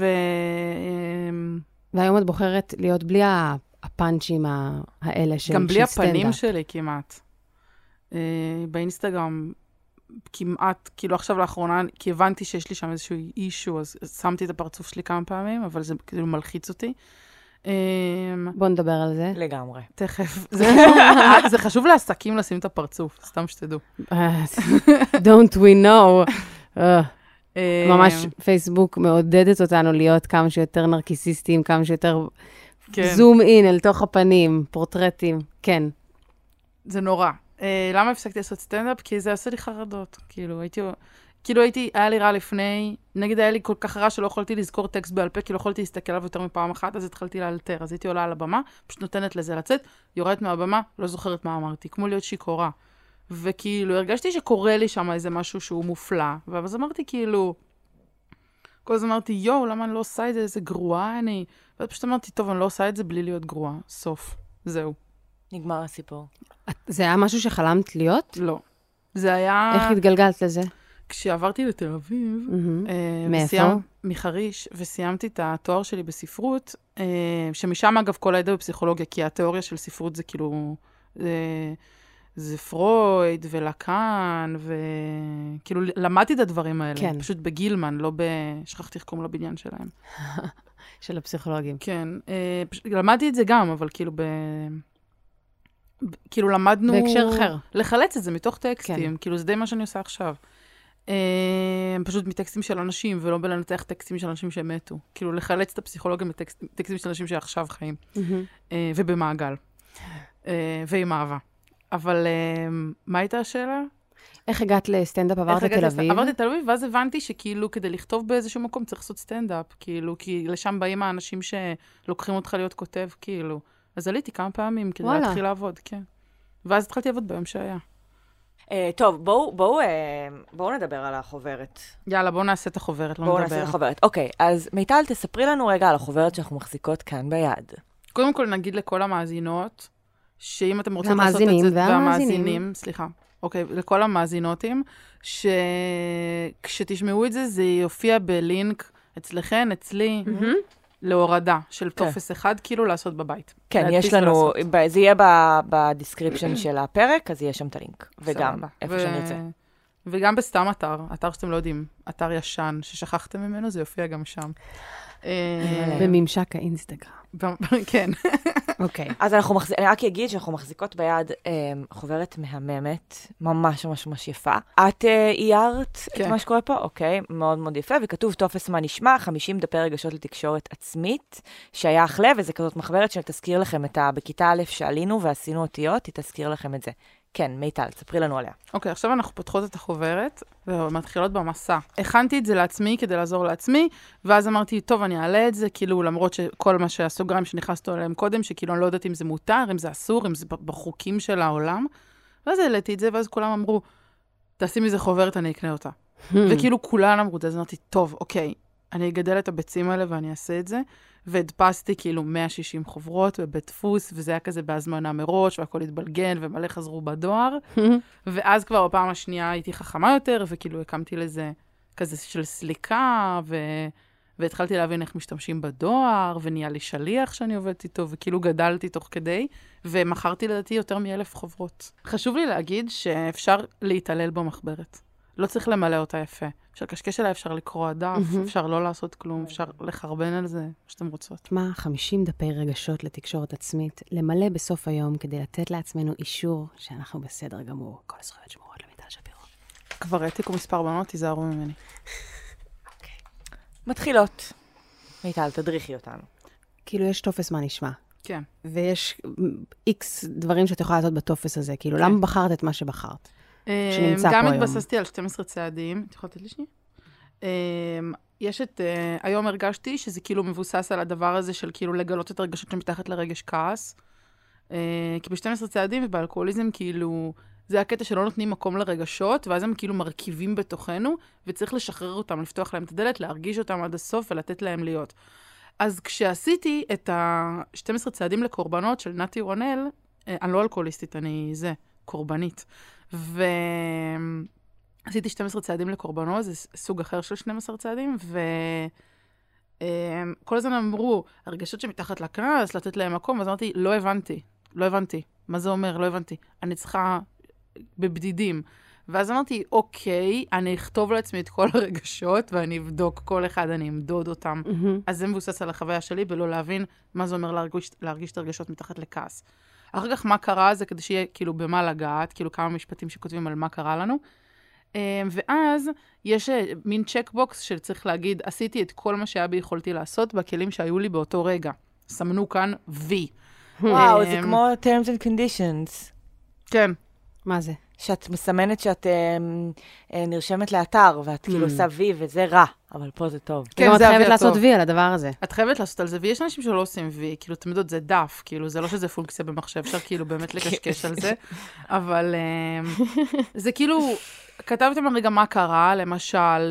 והיום את בוחרת להיות בלי הפאנצ'ים האלה של סטנדאפ. גם בלי הפנים שלי כמעט. באינסטגרם כמעט, כאילו עכשיו לאחרונה, כי הבנתי שיש לי שם איזשהו אישו, אז שמתי את הפרצוף שלי כמה פעמים, אבל זה כאילו מלחיץ אותי. בוא נדבר על זה. לגמרי. תכף. זה חשוב לעסקים לשים את הפרצוף, סתם שתדעו. Don't we know. ממש פייסבוק מעודדת אותנו להיות כמה שיותר נרקיסיסטים, כמה שיותר זום אין אל תוך הפנים, פורטרטים. כן. זה נורא. למה הפסקתי לעשות סטנדאפ? כי זה עושה לי חרדות. כאילו היה לי רע לפני, נגיד היה לי כל כך רע שלא יכולתי לזכור טקסט בעל פה, כי לא יכולתי להסתכל עליו יותר מפעם אחת, אז התחלתי לאלתר. אז הייתי עולה על הבמה, פשוט נותנת לזה לצאת, יורדת מהבמה, לא זוכרת מה אמרתי, כמו להיות שיקורה. וכאילו, הרגשתי שקורה לי שם איזה משהו שהוא מופלא, ואז אמרתי כאילו, כל הזמן אמרתי, יואו, למה אני לא עושה את זה, איזה גרועה אני? ואז פשוט אמרתי, טוב, אני לא עושה את זה בלי להיות גרועה. סוף. זהו. נגמר הסיפור. זה היה משהו שחלמת להיות? לא. זה היה... איך התגלגלת לזה? כשעברתי לתל אביב, מאיפה? מחריש, וסיימתי את התואר שלי בספרות, שמשם אגב כל הידע בפסיכולוגיה, כי התיאוריה של ספרות זה כאילו, זה פרויד ולקן, וכאילו למדתי את הדברים האלה, כן. פשוט בגילמן, לא שכחתי איך קוראים לבניין שלהם. של הפסיכולוגים. כן, למדתי את זה גם, אבל כאילו כאילו למדנו... בהקשר אחר. לחלץ את זה מתוך טקסטים, כן. כאילו זה די מה שאני עושה עכשיו. פשוט מטקסטים של אנשים, ולא בלנתח טקסטים של אנשים שמתו. כאילו לחלץ את הפסיכולוגיה מטקסטים של אנשים שעכשיו חיים. ובמעגל. ועם אהבה. אבל מה הייתה השאלה? איך הגעת לסטנדאפ? עברת לתל אביב? עברתי לתל אביב, ואז הבנתי שכאילו כדי לכתוב באיזשהו מקום צריך לעשות סטנדאפ. כאילו, כי לשם באים האנשים שלוקחים אותך להיות כותב, כאילו. אז עליתי כמה פעמים כדי להתחיל לעבוד, כן. ואז התחלתי לעבוד ביום שהיה. טוב, בואו נדבר על החוברת. יאללה, בואו נעשה את החוברת, לא נדבר. בואו נעשה את החוברת. אוקיי, אז מיטל, תספרי לנו רגע על החוברת שאנחנו מחזיקות כאן ביד. קודם כל נגיד לכל המאזינות, שאם אתם רוצים לעשות את זה, והמאזינים, סליחה. אוקיי, לכל המאזינותים, שכשתשמעו את זה, זה יופיע בלינק אצלכן, אצלי. להורדה של טופס אחד, כאילו לעשות בבית. כן, יש לנו, זה יהיה בדיסקריפשן של הפרק, אז יהיה שם את הלינק, וגם איפה שנרצה. וגם בסתם אתר שאתם לא יודעים, אתר ישן ששכחתם ממנו, זה יופיע גם שם. בממשק האינסטגרם. כן. אוקיי. אז אני רק אגיד שאנחנו מחזיקות ביד חוברת מהממת, ממש ממש ממש יפה. את איירת את מה שקורה פה? אוקיי, מאוד מאוד יפה, וכתוב טופס מה נשמע, 50 דפי רגשות לתקשורת עצמית, שייך לב, וזה כזאת מחברת שתזכיר לכם בכיתה א' שעלינו ועשינו אותיות, היא תזכיר לכם את זה. כן, מיטל, תספרי לנו עליה. אוקיי, עכשיו אנחנו פותחות את החוברת, ומתחילות במסע. הכנתי את זה לעצמי כדי לעזור לעצמי, ואז אמרתי, טוב, אני אעלה את זה, כאילו, למרות שכל מה שהסוגריים שנכנסתו אליהם קודם, שכאילו אני לא יודעת אם זה מותר, אם זה אסור, אם זה בחוקים של העולם. ואז העליתי את זה, ואז כולם אמרו, תעשי מזה חוברת, אני אקנה אותה. וכאילו כולם אמרו את זה, אז אמרתי, טוב, אוקיי, אני אגדל את הביצים האלה ואני אעשה את זה. והדפסתי כאילו 160 חוברות בדפוס, וזה היה כזה בהזמנה מראש, והכל התבלגן, ומלא חזרו בדואר. ואז כבר בפעם השנייה הייתי חכמה יותר, וכאילו הקמתי לזה כזה של סליקה, והתחלתי להבין איך משתמשים בדואר, ונהיה לי שליח שאני עובדת איתו, וכאילו גדלתי תוך כדי, ומכרתי לדעתי יותר מ1,000 חוברות. חשוב לי להגיד שאפשר להתעלל במחברת. לא צריך למלא אותה יפה. אפשר קשקש עליה, אפשר לקרוא הדף, אפשר לא לעשות כלום, אפשר לחרבן על זה, מה שאתם רוצות. מה 50 דפי רגשות לתקשורת עצמית, למלא בסוף היום כדי לתת לעצמנו אישור שאנחנו בסדר גמור. כל הזכויות שמורות למיטל שפירו. כבר העתיקו מספר בנות, תיזהרו ממני. מתחילות. מיטל, תדריכי אותנו. כאילו יש טופס מה נשמע. כן. ויש איקס דברים שאת יכולה לעשות בטופס הזה. כאילו, למה בחרת את מה שבחרת? גם התבססתי על 12 צעדים. את יכולה לתת לי שנייה? יש היום הרגשתי שזה כאילו מבוסס על הדבר הזה של כאילו לגלות את הרגשות שמתחת לרגש כעס. כי ב-12 צעדים ובאלכוהוליזם כאילו, זה הקטע שלא נותנים מקום לרגשות, ואז הם כאילו מרכיבים בתוכנו, וצריך לשחרר אותם, לפתוח להם את הדלת, להרגיש אותם עד הסוף ולתת להם להיות. אז כשעשיתי את ה-12 צעדים לקורבנות של נתי רונל, אני לא אלכוהוליסטית, אני קורבנית. ועשיתי 12 צעדים לקורבנות, זה סוג אחר של 12 צעדים, וכל הזמן אמרו, הרגשות שמתחת לכעס, לתת להם מקום, אז אמרתי, לא הבנתי. מה זה אומר? לא הבנתי. אני צריכה בבדידים. ואז אמרתי, אוקיי, אני אכתוב לעצמי את כל הרגשות, ואני אבדוק כל אחד, אני אמדוד אותם. אז זה מבוסס על החוויה שלי, ולא להבין מה זה אומר להרגיש את הרגשות מתחת לכעס. אחר כך מה קרה זה כדי שיהיה כאילו במה לגעת, כאילו כמה משפטים שכותבים על מה קרה לנו. ואז יש מין צ'קבוקס שצריך להגיד, עשיתי את כל מה שהיה ביכולתי לעשות בכלים שהיו לי באותו רגע. סמנו כאן V. וואו, זה כמו terms and conditions. כן. מה זה? שאת מסמנת שאת נרשמת לאתר, ואת כאילו עושה וי, וזה רע, אבל פה זה טוב. כן, את חייבת לעשות וי על הדבר הזה. את חייבת לעשות על זה, ויש אנשים שלא עושים וי, כאילו, אתם יודעות, זה דף, כאילו, זה לא שזה פונקציה במחשב, אפשר כאילו באמת לקשקש על זה, אבל זה כאילו, כתבתם הרגע מה קרה, למשל,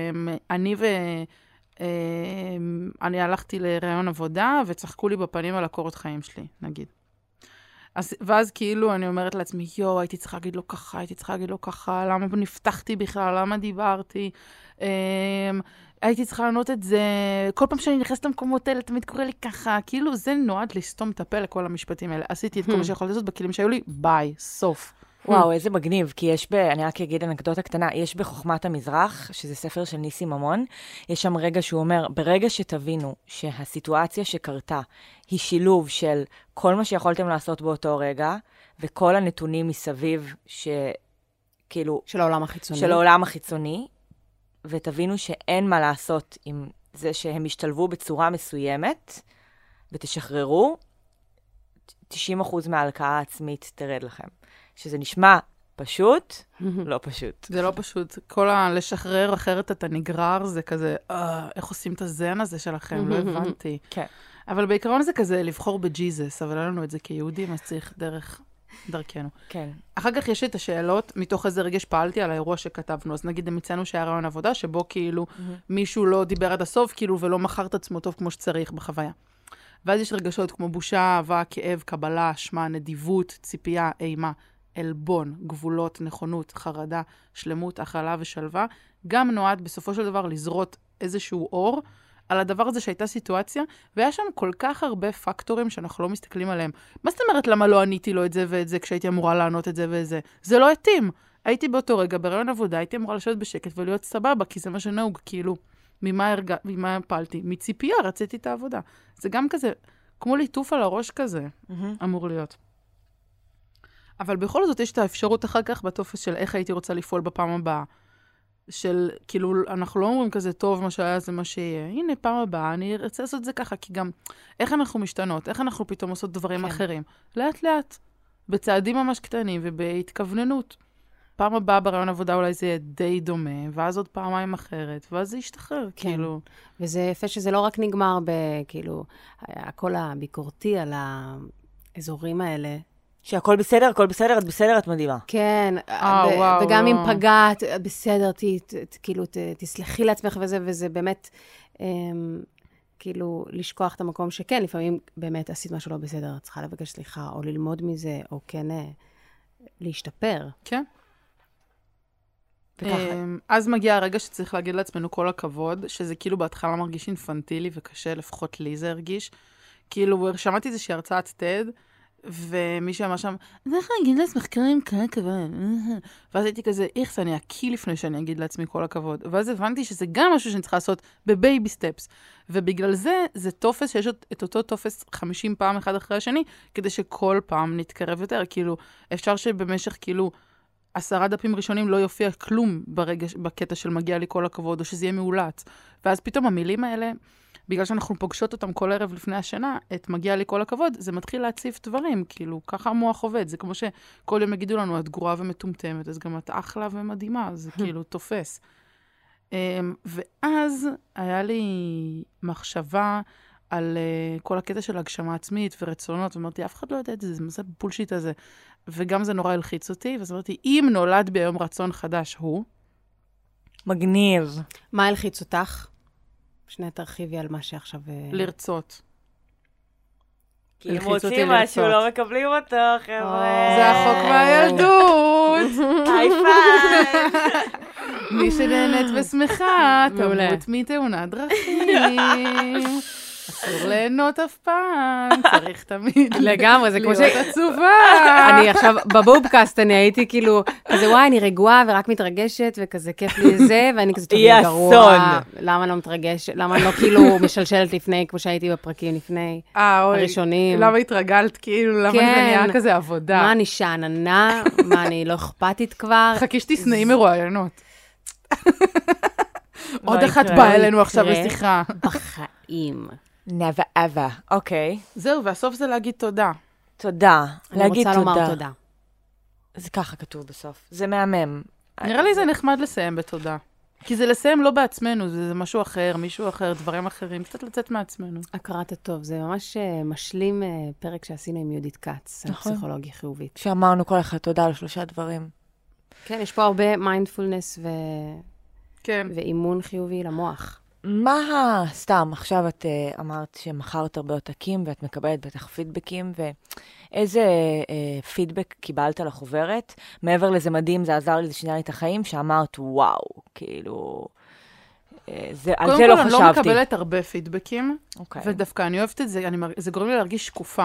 אני הלכתי לרעיון עבודה, וצחקו לי בפנים על הקורות חיים שלי, נגיד. ואז כאילו אני אומרת לעצמי, הייתי צריכה להגיד לו ככה, למה נפתחתי בכלל, למה דיברתי, הייתי צריכה לענות את זה, כל פעם שאני נכנסת למקומות האלה, תמיד קורה לי ככה, כאילו זה נועד לסתום את הפה לכל המשפטים האלה. עשיתי את כל מה שיכולתי לעשות בכלים שהיו לי, ביי, סוף. וואו, איזה מגניב, כי אני רק אגיד אנקדוטה קטנה, יש בחוכמת המזרח, שזה ספר של ניסי ממון, יש שם רגע שהוא אומר, ברגע שתבינו שהסיטואציה שקרתה היא שילוב של כל מה שיכולתם לעשות באותו רגע, וכל הנתונים מסביב כאילו... של העולם החיצוני. של העולם החיצוני, ותבינו שאין מה לעשות עם זה שהם ישתלבו בצורה מסוימת, ותשחררו, 90% מההלקאה העצמית תרד לכם. שזה נשמע פשוט, לא פשוט. זה לא פשוט. לשחרר אחרת אתה נגרר, זה כזה, איך עושים את הזן הזה שלכם? לא הבנתי. כן. אבל בעיקרון זה כזה לבחור בג'יזוס, אבל אין לנו את זה כיהודים, אז צריך דרכנו. כן. אחר כך יש את השאלות, מתוך איזה רגש פעלתי על האירוע שכתבנו, אז נגיד מצאנו שהיה רעיון עבודה, שבו כאילו מישהו לא דיבר עד הסוף, כאילו ולא מכר את עצמו טוב כמו שצריך בחוויה. ואז יש רגשות כמו בושה, אהבה, כאב, קבלה, אשמה, נדיבות, ציפייה, אימה, אלבון, גבולות, נכונות, חרדה, שלמות, הכלה ושלווה, גם נועד בסופו של דבר לזרות איזשהו אור על הדבר הזה שהייתה סיטואציה, והיה שם כל כך הרבה פקטורים שאנחנו לא מסתכלים עליהם. מה זאת אומרת למה לא עניתי לו את זה ואת זה כשהייתי אמורה לענות את זה ואת זה? זה לא התאים. הייתי באותו רגע ברעיון עבודה, הייתי אמורה לשבת בשקט ולהיות סבבה, כי זה מה שנהוג, כאילו, ממה הפלתי? מציפייה, רציתי את העבודה. זה גם כזה, כמו ליטוף על הראש כזה, אמור להיות. אבל בכל זאת יש את האפשרות אחר כך בטופס של איך הייתי רוצה לפעול בפעם הבאה. של, כאילו, אנחנו לא אומרים כזה, טוב, מה שהיה זה מה שיהיה. הנה, פעם הבאה, אני ארצה לעשות את זה ככה, כי גם, איך אנחנו משתנות, איך אנחנו פתאום עושות דברים אחרים. לאט לאט, בצעדים ממש קטנים ובהתכווננות. פעם הבאה ברעיון עבודה אולי זה יהיה די דומה, ואז עוד פעמיים אחרת, ואז זה ישתחרר, כאילו. וזה יפה שזה לא רק נגמר בכאילו, הכל הביקורתי על האזורים האלה. שהכל בסדר, הכל בסדר, את בסדר, את מדהימה. כן, וגם אם פגעת, בסדר, כאילו, תסלחי לעצמך וזה באמת, כאילו, לשכוח את המקום שכן, לפעמים באמת עשית משהו לא בסדר, צריכה לבקש סליחה, או ללמוד מזה, או כן להשתפר. כן. אז מגיע הרגע שצריך להגיד לעצמנו כל הכבוד, שזה כאילו בהתחלה מרגיש אינפנטילי וקשה, לפחות לי זה הרגיש. כאילו, שמעתי איזושהי הרצאת TED, ומישהו אמר שם, אני צריך להגיד לעצמך קרים כאלה כבוד. ואז הייתי כזה, איך אני אקיא לפני שאני אגיד לעצמי כל הכבוד. ואז הבנתי שזה גם משהו שאני צריכה לעשות בבייבי סטפס. ובגלל זה, זה טופס שיש את אותו טופס 50 פעם אחד אחרי השני, כדי שכל פעם נתקרב יותר. כאילו, אפשר שבמשך כאילו 10 דפים ראשונים לא יופיע כלום בקטע של מגיע לי כל הכבוד, או שזה יהיה מעולץ. ואז פתאום המילים האלה, בגלל שאנחנו פוגשות אותם כל ערב לפני השנה, את מגיע לי כל הכבוד, זה מתחיל להציף דברים, כאילו, ככה המוח עובד. זה כמו שכל יום יגידו לנו, את גרועה ומטומטמת, אז גם את אחלה ומדהימה, זה כאילו תופס. ואז היה לי מחשבה על כל הקטע של הגשמה עצמית ורצונות, ואמרתי, אף אחד לא יודע את זה, זה בולשיט הזה. וגם זה נורא הלחיץ אותי, ואז אמרתי, אם נולד בי היום רצון חדש הוא... מגניב. מה הלחיץ אותך? שני תרחיבי על מה שעכשיו... לרצות. כי אם רוצים משהו, לא מקבלים אותו, חבר'ה. זה החוק מהילדות. היי פייב. מי שנהנית ושמחה, תמות מתאונת דרכים. אסור ליהנות אף פעם, צריך תמיד לגמרי, זה כמו להיות עצובה. אני עכשיו, בבובקאסט אני הייתי כאילו, כזה וואי, אני רגועה ורק מתרגשת, וכזה כיף לי זה, ואני כזה טוב גרוע. למה לא מתרגשת? למה לא כאילו משלשלת לפני, כמו שהייתי בפרקים לפני הראשונים? למה התרגלת כאילו? למה זה נהיה כזה עבודה? מה, אני שעננה? מה, אני לא אכפתית כבר? חכי שתסנאי מרואיינות. עוד אחת באה אלינו עכשיו לשיחה. בחיים. never ever, אוקיי. זהו, והסוף זה להגיד תודה. תודה. להגיד תודה. אני רוצה לומר תודה. זה ככה כתוב בסוף. זה מהמם. נראה לי זה נחמד לסיים בתודה. כי זה לסיים לא בעצמנו, זה משהו אחר, מישהו אחר, דברים אחרים, קצת לצאת מעצמנו. הכרת הטוב, זה ממש משלים פרק שעשינו עם יהודית קץ, פסיכולוגיה חיובית. שאמרנו כל אחד תודה על 3 דברים. כן, יש פה הרבה מיינדפולנס ואימון חיובי למוח. מה, סתם, עכשיו את אמרת שמחרת הרבה עותקים, ואת מקבלת בטח פידבקים, ואיזה פידבק קיבלת לחוברת? מעבר לזה מדהים, זה עזר לי, זה שינה לי את החיים, שאמרת, וואו, כאילו, על זה לא חשבתי. קודם כל, אני לא מקבלת הרבה פידבקים, ודווקא אני אוהבת את זה, זה גורם לי להרגיש שקופה,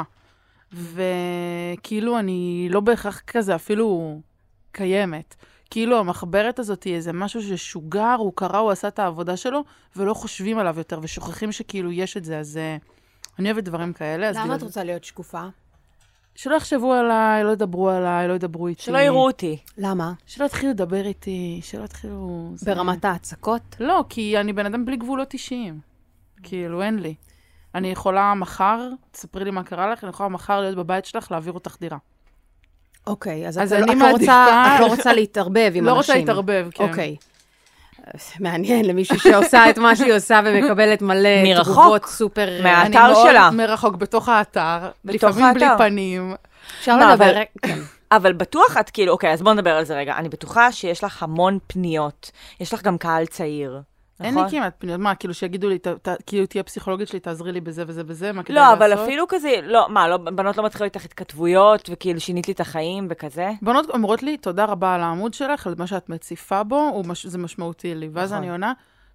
וכאילו אני לא בהכרח כזה אפילו קיימת. כאילו המחברת הזאת היא איזה משהו ששוגר, הוא קרא, הוא עשה את העבודה שלו, ולא חושבים עליו יותר, ושוכחים שכאילו יש את זה, אז אני אוהבת דברים כאלה. למה את רוצה להיות שקופה? שלא יחשבו עליי, לא ידברו עליי, לא ידברו איתי. שלא יראו אותי. למה? שלא יתחילו לדבר איתי, שלא יתחילו... ברמת ההצקות? לא, כי אני בן אדם בלי גבולות אישיים. כאילו, אין לי. אני יכולה מחר, תספרי לי מה קרה לך, אני יכולה מחר להיות בבית שלך, להעביר אותך דירה. אוקיי, אז את לא רוצה להתערבב עם אנשים. לא רוצה להתערבב, כן. אוקיי. מעניין למישהו שעושה את מה שהיא עושה ומקבלת מלא תגובות סופר... מהאתר שלה. מרחוק, בתוך האתר, לפעמים בלי פנים. אפשר לדבר... אבל בטוח את כאילו, אוקיי, אז בוא נדבר על זה רגע. אני בטוחה שיש לך המון פניות. יש לך גם קהל צעיר. אין לי כמעט פניות. מה, כאילו שיגידו לי, כאילו תהיה פסיכולוגית שלי, תעזרי לי בזה וזה וזה, מה כדאי לעשות? לא, אבל אפילו כזה, לא, מה, בנות לא מתחילות איתך התכתבויות, וכאילו שינית לי את החיים וכזה? בנות אומרות לי, תודה רבה על העמוד שלך, על מה שאת מציפה בו, זה משמעותי לי. ואז אני עונה,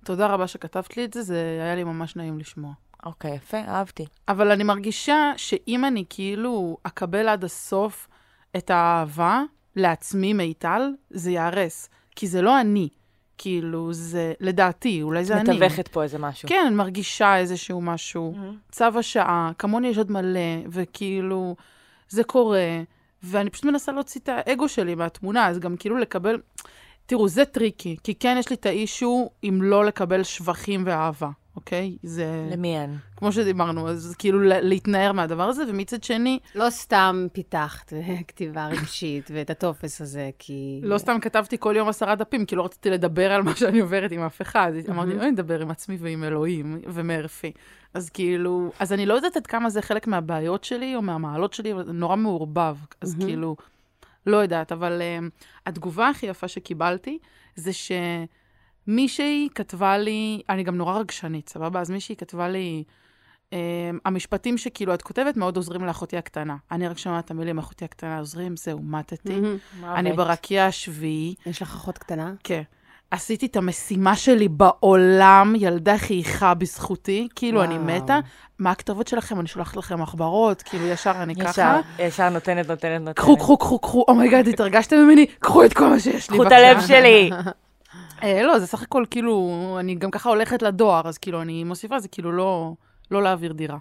תודה רבה שכתבת לי את זה, זה היה לי ממש נעים לשמוע. אוקיי, יפה, אהבתי. אבל אני מרגישה שאם אני כאילו אקבל עד הסוף את האהבה לעצמי מיטל, זה יערס. כי זה לא אני. כאילו, זה, לדעתי, אולי זה אני. מתווכת פה איזה משהו. כן, אני מרגישה איזשהו משהו. צו השעה, כמוני יש עוד מלא, וכאילו, זה קורה, ואני פשוט מנסה להוציא את האגו שלי מהתמונה, אז גם כאילו לקבל... תראו, זה טריקי, כי כן יש לי את האישו אם לא לקבל שבחים ואהבה, אוקיי? זה... למי אין? כמו שדיברנו, אז כאילו להתנער מהדבר הזה, ומצד שני... לא סתם פיתחת כתיבה רגשית ואת הטופס הזה, כי... לא סתם כתבתי כל יום 10 דפים, כי לא רציתי לדבר על מה שאני עוברת עם אף אחד. אמרתי, אני אדבר עם עצמי ועם אלוהים ומערפי. אז כאילו... אז אני לא יודעת עד כמה זה חלק מהבעיות שלי או מהמעלות שלי, אבל זה נורא מעורבב. אז כאילו... לא יודעת, אבל התגובה הכי יפה שקיבלתי, זה שמישהי כתבה לי, אני גם נורא רגשנית, סבבה? אז מישהי כתבה לי, המשפטים שכאילו את כותבת מאוד עוזרים לאחותי הקטנה. אני רק שמעת את המילים, אחותי הקטנה עוזרים, זהו, מתתי. אני ברקיע השביעי. יש לך אחות קטנה? כן. עשיתי את המשימה שלי בעולם, ילדה חייכה בזכותי, כאילו אני מתה. מה הכתובות שלכם? אני שולחת לכם מחברות, כאילו ישר אני ככה. ישר נותנת. קחו, אומייגאד, התרגשתם ממני, קחו את כל מה שיש לי. קחו את הלב שלי. לא, זה סך הכל כאילו, אני גם ככה הולכת לדואר, אז כאילו אני מוסיפה, זה כאילו לא להעביר דירה.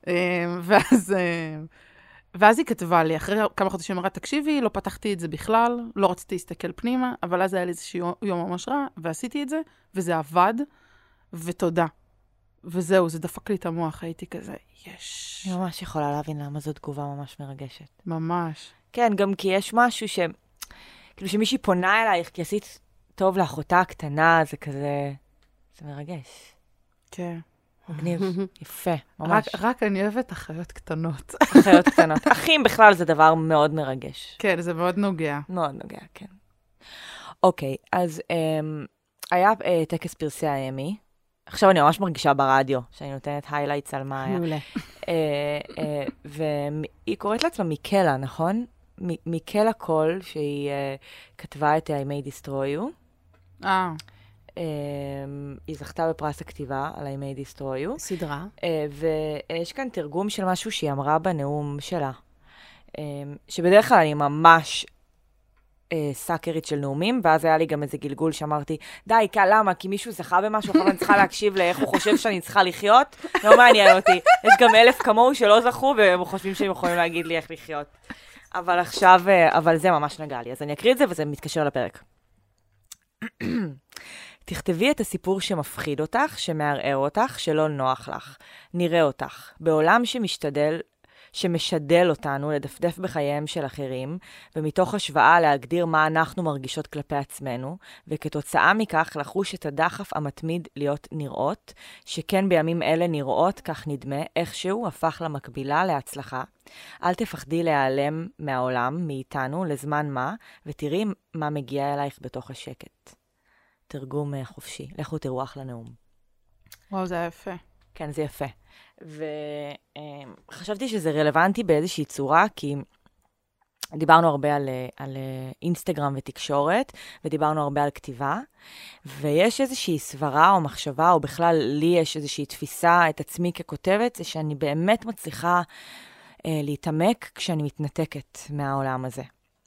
ואז היא כתבה לי, אחרי כמה חודשים אמרה, תקשיבי, לא פתחתי את זה בכלל, לא רציתי להסתכל פנימה, אבל אז היה לי איזשהו יום ממש רע, ועשיתי את זה, וזה עבד, ותודה. וזהו, זה דפק לי את המוח, הייתי כזה, יש. אני ממש יכולה להבין למה זו תגובה ממש מרגשת. ממש. כן, גם כי יש משהו כאילו שמישהי פונה אלייך, כי עשית טוב לאחותה הקטנה, זה כזה, זה מרגש. כן. מגניב, יפה, ממש. רק אני אוהבת אחיות קטנות. אחיות קטנות. אחים בכלל זה דבר מאוד מרגש. כן, זה מאוד נוגע. מאוד נוגע, כן. אוקיי, אז היה טקס פרסי האמי. עכשיו אני ממש מרגישה ברדיו, שאני נותנת היילייטס על מה היה. מעולה. והיא קוראת לעצמה מיקלה, נכון? מיקלה קול, שהיא כתבה את I May Destroy You. היא זכתה בפרס הכתיבה על I May Destroy You. סדרה. ויש כאן תרגום של משהו שהיא אמרה בנאום שלה. שבדרך כלל אני ממש סאקרית של נאומים, ואז היה לי גם איזה גלגול שאמרתי, די, למה? כי מישהו זכה במשהו, עכשיו אני צריכה להקשיב לאיך הוא חושב שאני צריכה לחיות. לא מעניין אותי. יש גם 1000 כמוהו שלא זכו, והם חושבים שהם יכולים להגיד לי איך לחיות. אבל עכשיו, אבל זה ממש נגע לי. אז אני אקריא את זה, וזה מתקשר לפרק. תכתבי את הסיפור שמפחיד אותך, שמערער אותך, שלא נוח לך. נראה אותך. בעולם שמשדל אותנו לדפדף בחייהם של אחרים, ומתוך השוואה להגדיר מה אנחנו מרגישות כלפי עצמנו, וכתוצאה מכך לחוש את הדחף המתמיד להיות נראות, שכן בימים אלה נראות, כך נדמה, איכשהו הפך למקבילה להצלחה. אל תפחדי להיעלם מהעולם, מאיתנו, לזמן מה, ותראי מה מגיע אלייך בתוך השקט. תרגום חופשי. לכו תראו אחלה נאום. וואו, זה היה יפה. כן, זה יפה. וחשבתי שזה רלוונטי באיזושהי צורה, כי דיברנו הרבה על אינסטגרם ותקשורת, ודיברנו הרבה על כתיבה, ויש איזושהי סברה או מחשבה, או בכלל לי יש איזושהי תפיסה את עצמי ככותבת, זה שאני באמת מצליחה להתעמק כשאני מתנתקת מהעולם הזה.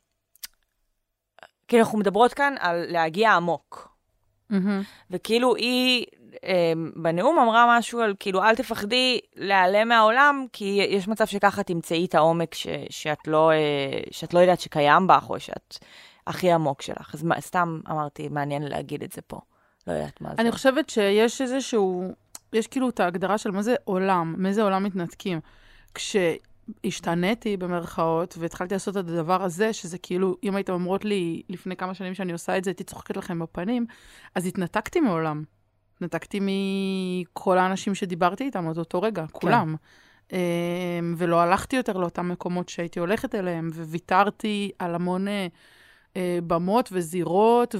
כי אנחנו מדברות כאן על להגיע עמוק. וכאילו היא בנאום אמרה משהו על כאילו אל תפחדי להיעלם מהעולם, כי יש מצב שככה תמצאי את העומק שאת לא יודעת שקיים בך, או שאת הכי עמוק שלך. אז סתם אמרתי, מעניין להגיד את זה פה. לא יודעת מה זה. אני חושבת שיש איזשהו, יש כאילו את ההגדרה של מה זה עולם, מאיזה עולם מתנתקים. כשהשתניתי במרכאות, והתחלתי לעשות את הדבר הזה, שזה כאילו, אם הייתם אומרות לי לפני כמה שנים שאני עושה את זה, הייתי צוחקת לכם בפנים, אז התנתקתי מעולם. התנתקתי מכל האנשים שדיברתי איתם עד אותו רגע, כולם. ולא הלכתי יותר לאותם מקומות שהייתי הולכת אליהם, וויתרתי על המון במות וזירות,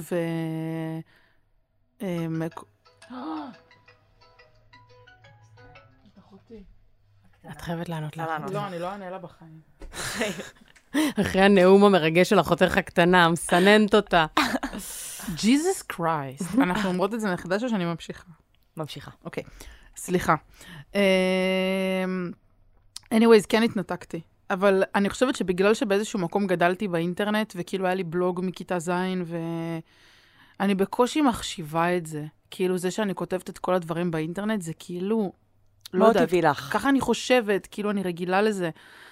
את חייבת לענות לך. לא, אני לא אענה לה בחיים. אחרי הנאום המרגש של אחותך הקטנה, מסננת אותה. ג'יזוס קרייסט. אנחנו אומרות את זה מחדש או שאני ממשיכה? ממשיכה. אוקיי, סליחה. anyways, כן התנתקתי. אבל אני חושבת שבגלל שבאיזשהו מקום גדלתי באינטרנט, וכאילו היה לי בלוג מכיתה זין, ואני בקושי מחשיבה את זה. כאילו זה שאני כותבת את כל הדברים באינטרנט, זה כאילו... לא יודעת, טבעי לך. ככה אני חושבת, כאילו אני רגילה לזה.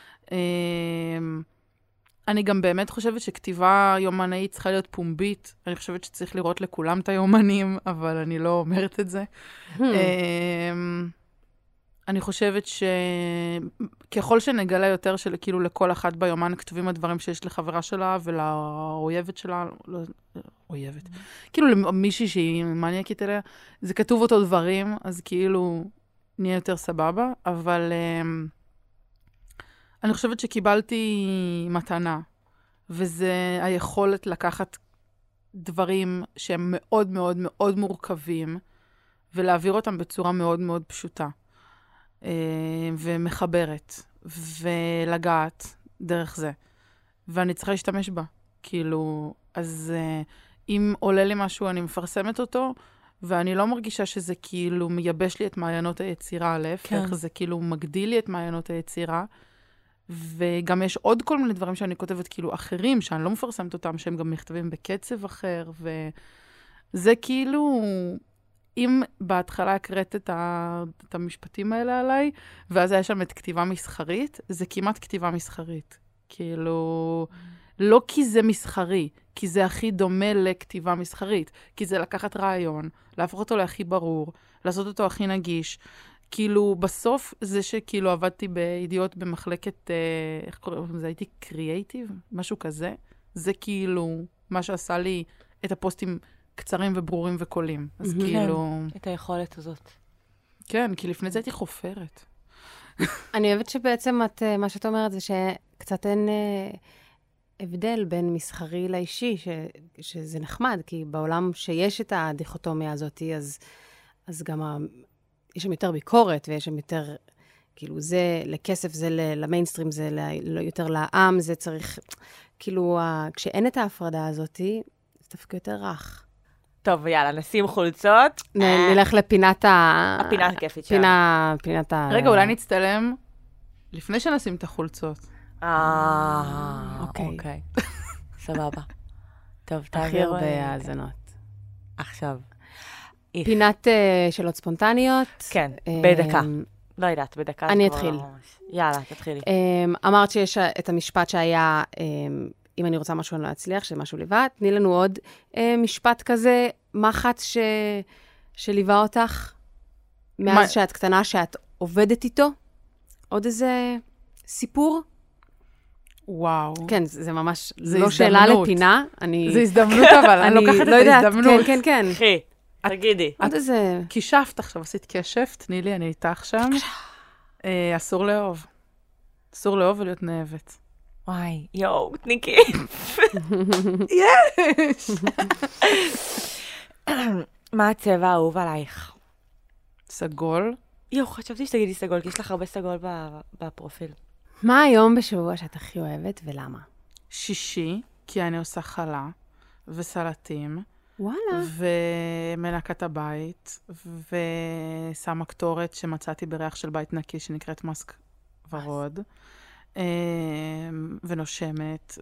אני גם באמת חושבת שכתיבה יומנאית צריכה להיות פומבית. אני חושבת שצריך לראות לכולם את היומנים, אבל אני לא אומרת את זה. אני חושבת שככל שנגלה יותר כאילו לכל אחת ביומן כתובים הדברים שיש לחברה שלה ולאויבת שלה, לא, אויבת, כאילו למישהי שהיא מניאקית אליה, זה כתוב אותו דברים, אז כאילו נהיה יותר סבבה, אבל אני חושבת שקיבלתי מתנה, וזה היכולת לקחת דברים שהם מאוד מאוד מאוד מורכבים, ולהעביר אותם בצורה מאוד מאוד פשוטה. ומחברת, ולגעת דרך זה. ואני צריכה להשתמש בה. כאילו, אז אם עולה לי משהו, אני מפרסמת אותו, ואני לא מרגישה שזה כאילו מייבש לי את מעיינות היצירה, להפך, זה כאילו מגדיל לי את מעיינות היצירה, וגם יש עוד כל מיני דברים שאני כותבת כאילו אחרים, שאני לא מפרסמת אותם, שהם גם מכתבים בקצב אחר, וזה כאילו... אם בהתחלה הקראת את המשפטים האלה עליי, ואז היה שם את כתיבה מסחרית, זה כמעט כתיבה מסחרית. כאילו, לא כי זה מסחרי, כי זה הכי דומה לכתיבה מסחרית, כי זה לקחת רעיון, להפוך אותו להכי ברור, לעשות אותו הכי נגיש. כאילו, בסוף זה שכאילו עבדתי בידיעות במחלקת, איך קוראים לזה? הייתי קריאייטיב? משהו כזה. זה כאילו מה שעשה לי את הפוסטים קצרים וברורים וקולים. אז כאילו... את היכולת הזאת. כן, כי לפני זה הייתי חופרת. אני אוהבת שבעצם מה שאת אומרת זה שקצת אין הבדל בין מסחרי לאישי, שזה נחמד, כי בעולם שיש את הדיכוטומיה הזאת, אז גם יש שם יותר ביקורת, ויש שם יותר, כאילו זה לכסף, זה למיינסטרים, זה יותר לעם, זה צריך, כאילו, כשאין את ההפרדה הזאת, זה דווקא יותר רך. טוב, יאללה, נשים חולצות. נלך לפינת הפינה הכיפית שלנו. פינת רגע, אולי נצטלם לפני שנשים את החולצות. אוקיי. סבבה. טוב, הכי הרבה האזנות. עכשיו. פינת שאלות ספונטניות. כן, בדקה. לא יודעת, בדקה. אני אתחיל. יאללה, תתחילי. אמרת שיש את המשפט שהיה... אם אני רוצה משהו, אני לא אצליח, שזה משהו לבד. תני לנו עוד משפט כזה, מחץ שליווה אותך, מאז שאת קטנה, שאת עובדת איתו. עוד איזה סיפור? וואו. כן, זה ממש לא שאלה לפינה. זה הזדמנות, אבל אני לוקחת את ההזדמנות. כן, כן. אחי, תגידי. עוד איזה... קישפת עכשיו, עשית קשף, תני לי, אני איתך שם. אסור לאהוב. אסור לאהוב ולהיות נאהבת. וואי, יואו, תני כיף. יש! מה הצבע האהוב עלייך? סגול. יואו, חשבתי שתגידי סגול, כי יש לך הרבה סגול בפרופיל. מה היום בשבוע שאת הכי אוהבת ולמה? שישי, כי אני עושה חלה וסלטים. וואלה. ומנקת הבית, ושמה קטורת שמצאתי בריח של בית נקי שנקראת מסק ורוד. ונושמת,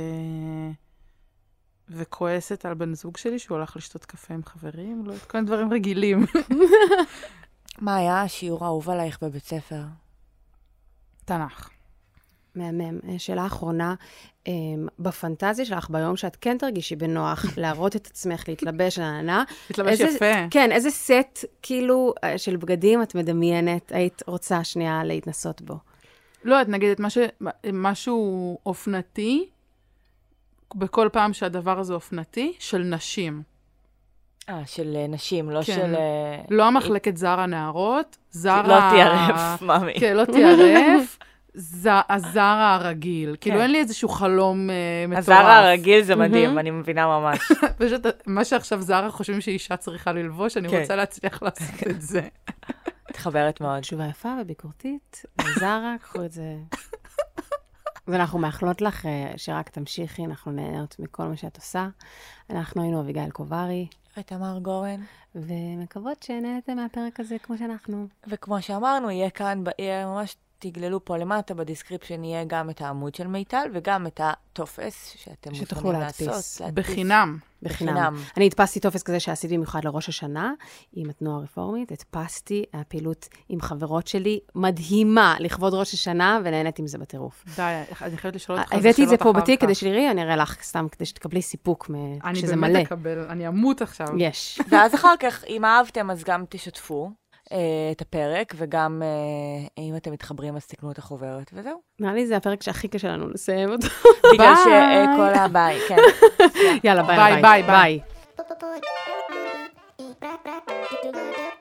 וכועסת על בן זוג שלי שהוא הולך לשתות קפה עם חברים, לא, כל מיני דברים רגילים. מה היה השיעור האהוב עלייך בבית ספר? תנ"ך. מהמם. שאלה אחרונה, בפנטזיה שלך, ביום שאת כן תרגישי בנוח, להראות את עצמך, להתלבש, להתלבש יפה. כן, איזה סט, כאילו, של בגדים את מדמיינת, היית רוצה שנייה להתנסות בו? לא, את נגיד את משהו אופנתי, בכל פעם שהדבר הזה אופנתי, של נשים. של נשים, לא של... לא המחלקת זרה נערות, זרה... לא תיערף, ממי. כן, לא תיערף, הזרה הרגיל. כאילו אין לי איזשהו חלום מטורף. הזרה הרגיל זה מדהים, אני מבינה ממש. פשוט מה שעכשיו זרה חושבים שאישה צריכה ללבוש, אני רוצה להצליח לעשות את זה. מתחברת מאוד. תשובה יפה וביקורתית, זרה, קחו את זה. אז אנחנו מאחלות לך שרק תמשיכי, אנחנו נהנות מכל מה שאת עושה. אנחנו היינו אביגיל קוברי. ותמר גורן. ומקוות שנהנתם מהפרק הזה כמו שאנחנו. וכמו שאמרנו, יהיה כאן, ממש תגללו פה למטה בדיסקריפשן, יהיה גם את העמוד של מיטל, וגם את הטופס שאתם מוכנים להדפיס. בחינם. בחינם. אני הדפסתי טופס כזה שעשיתי במיוחד לראש השנה, עם התנועה הרפורמית, הדפסתי הפעילות עם חברות שלי, מדהימה, לכבוד ראש השנה, ונהנית עם זה בטירוף. די, אני חייבת לשאול אותך. הבאתי את זה פה בתיק כדי שתראי, אני אראה לך סתם, כדי שתקבלי סיפוק שזה מלא. אני באמת אקבל, אני אמות עכשיו. יש. ואז אחר כך, אם אהבתם, אז גם תשתפו את הפרק, וגם אם אתם מתחברים, אז תקנו את החוברת, וזהו. נראה לי זה הפרק שהכי קשה לנו לסיים אותו. בגלל שכל הביי, כן. יאללה, ביי. ביי.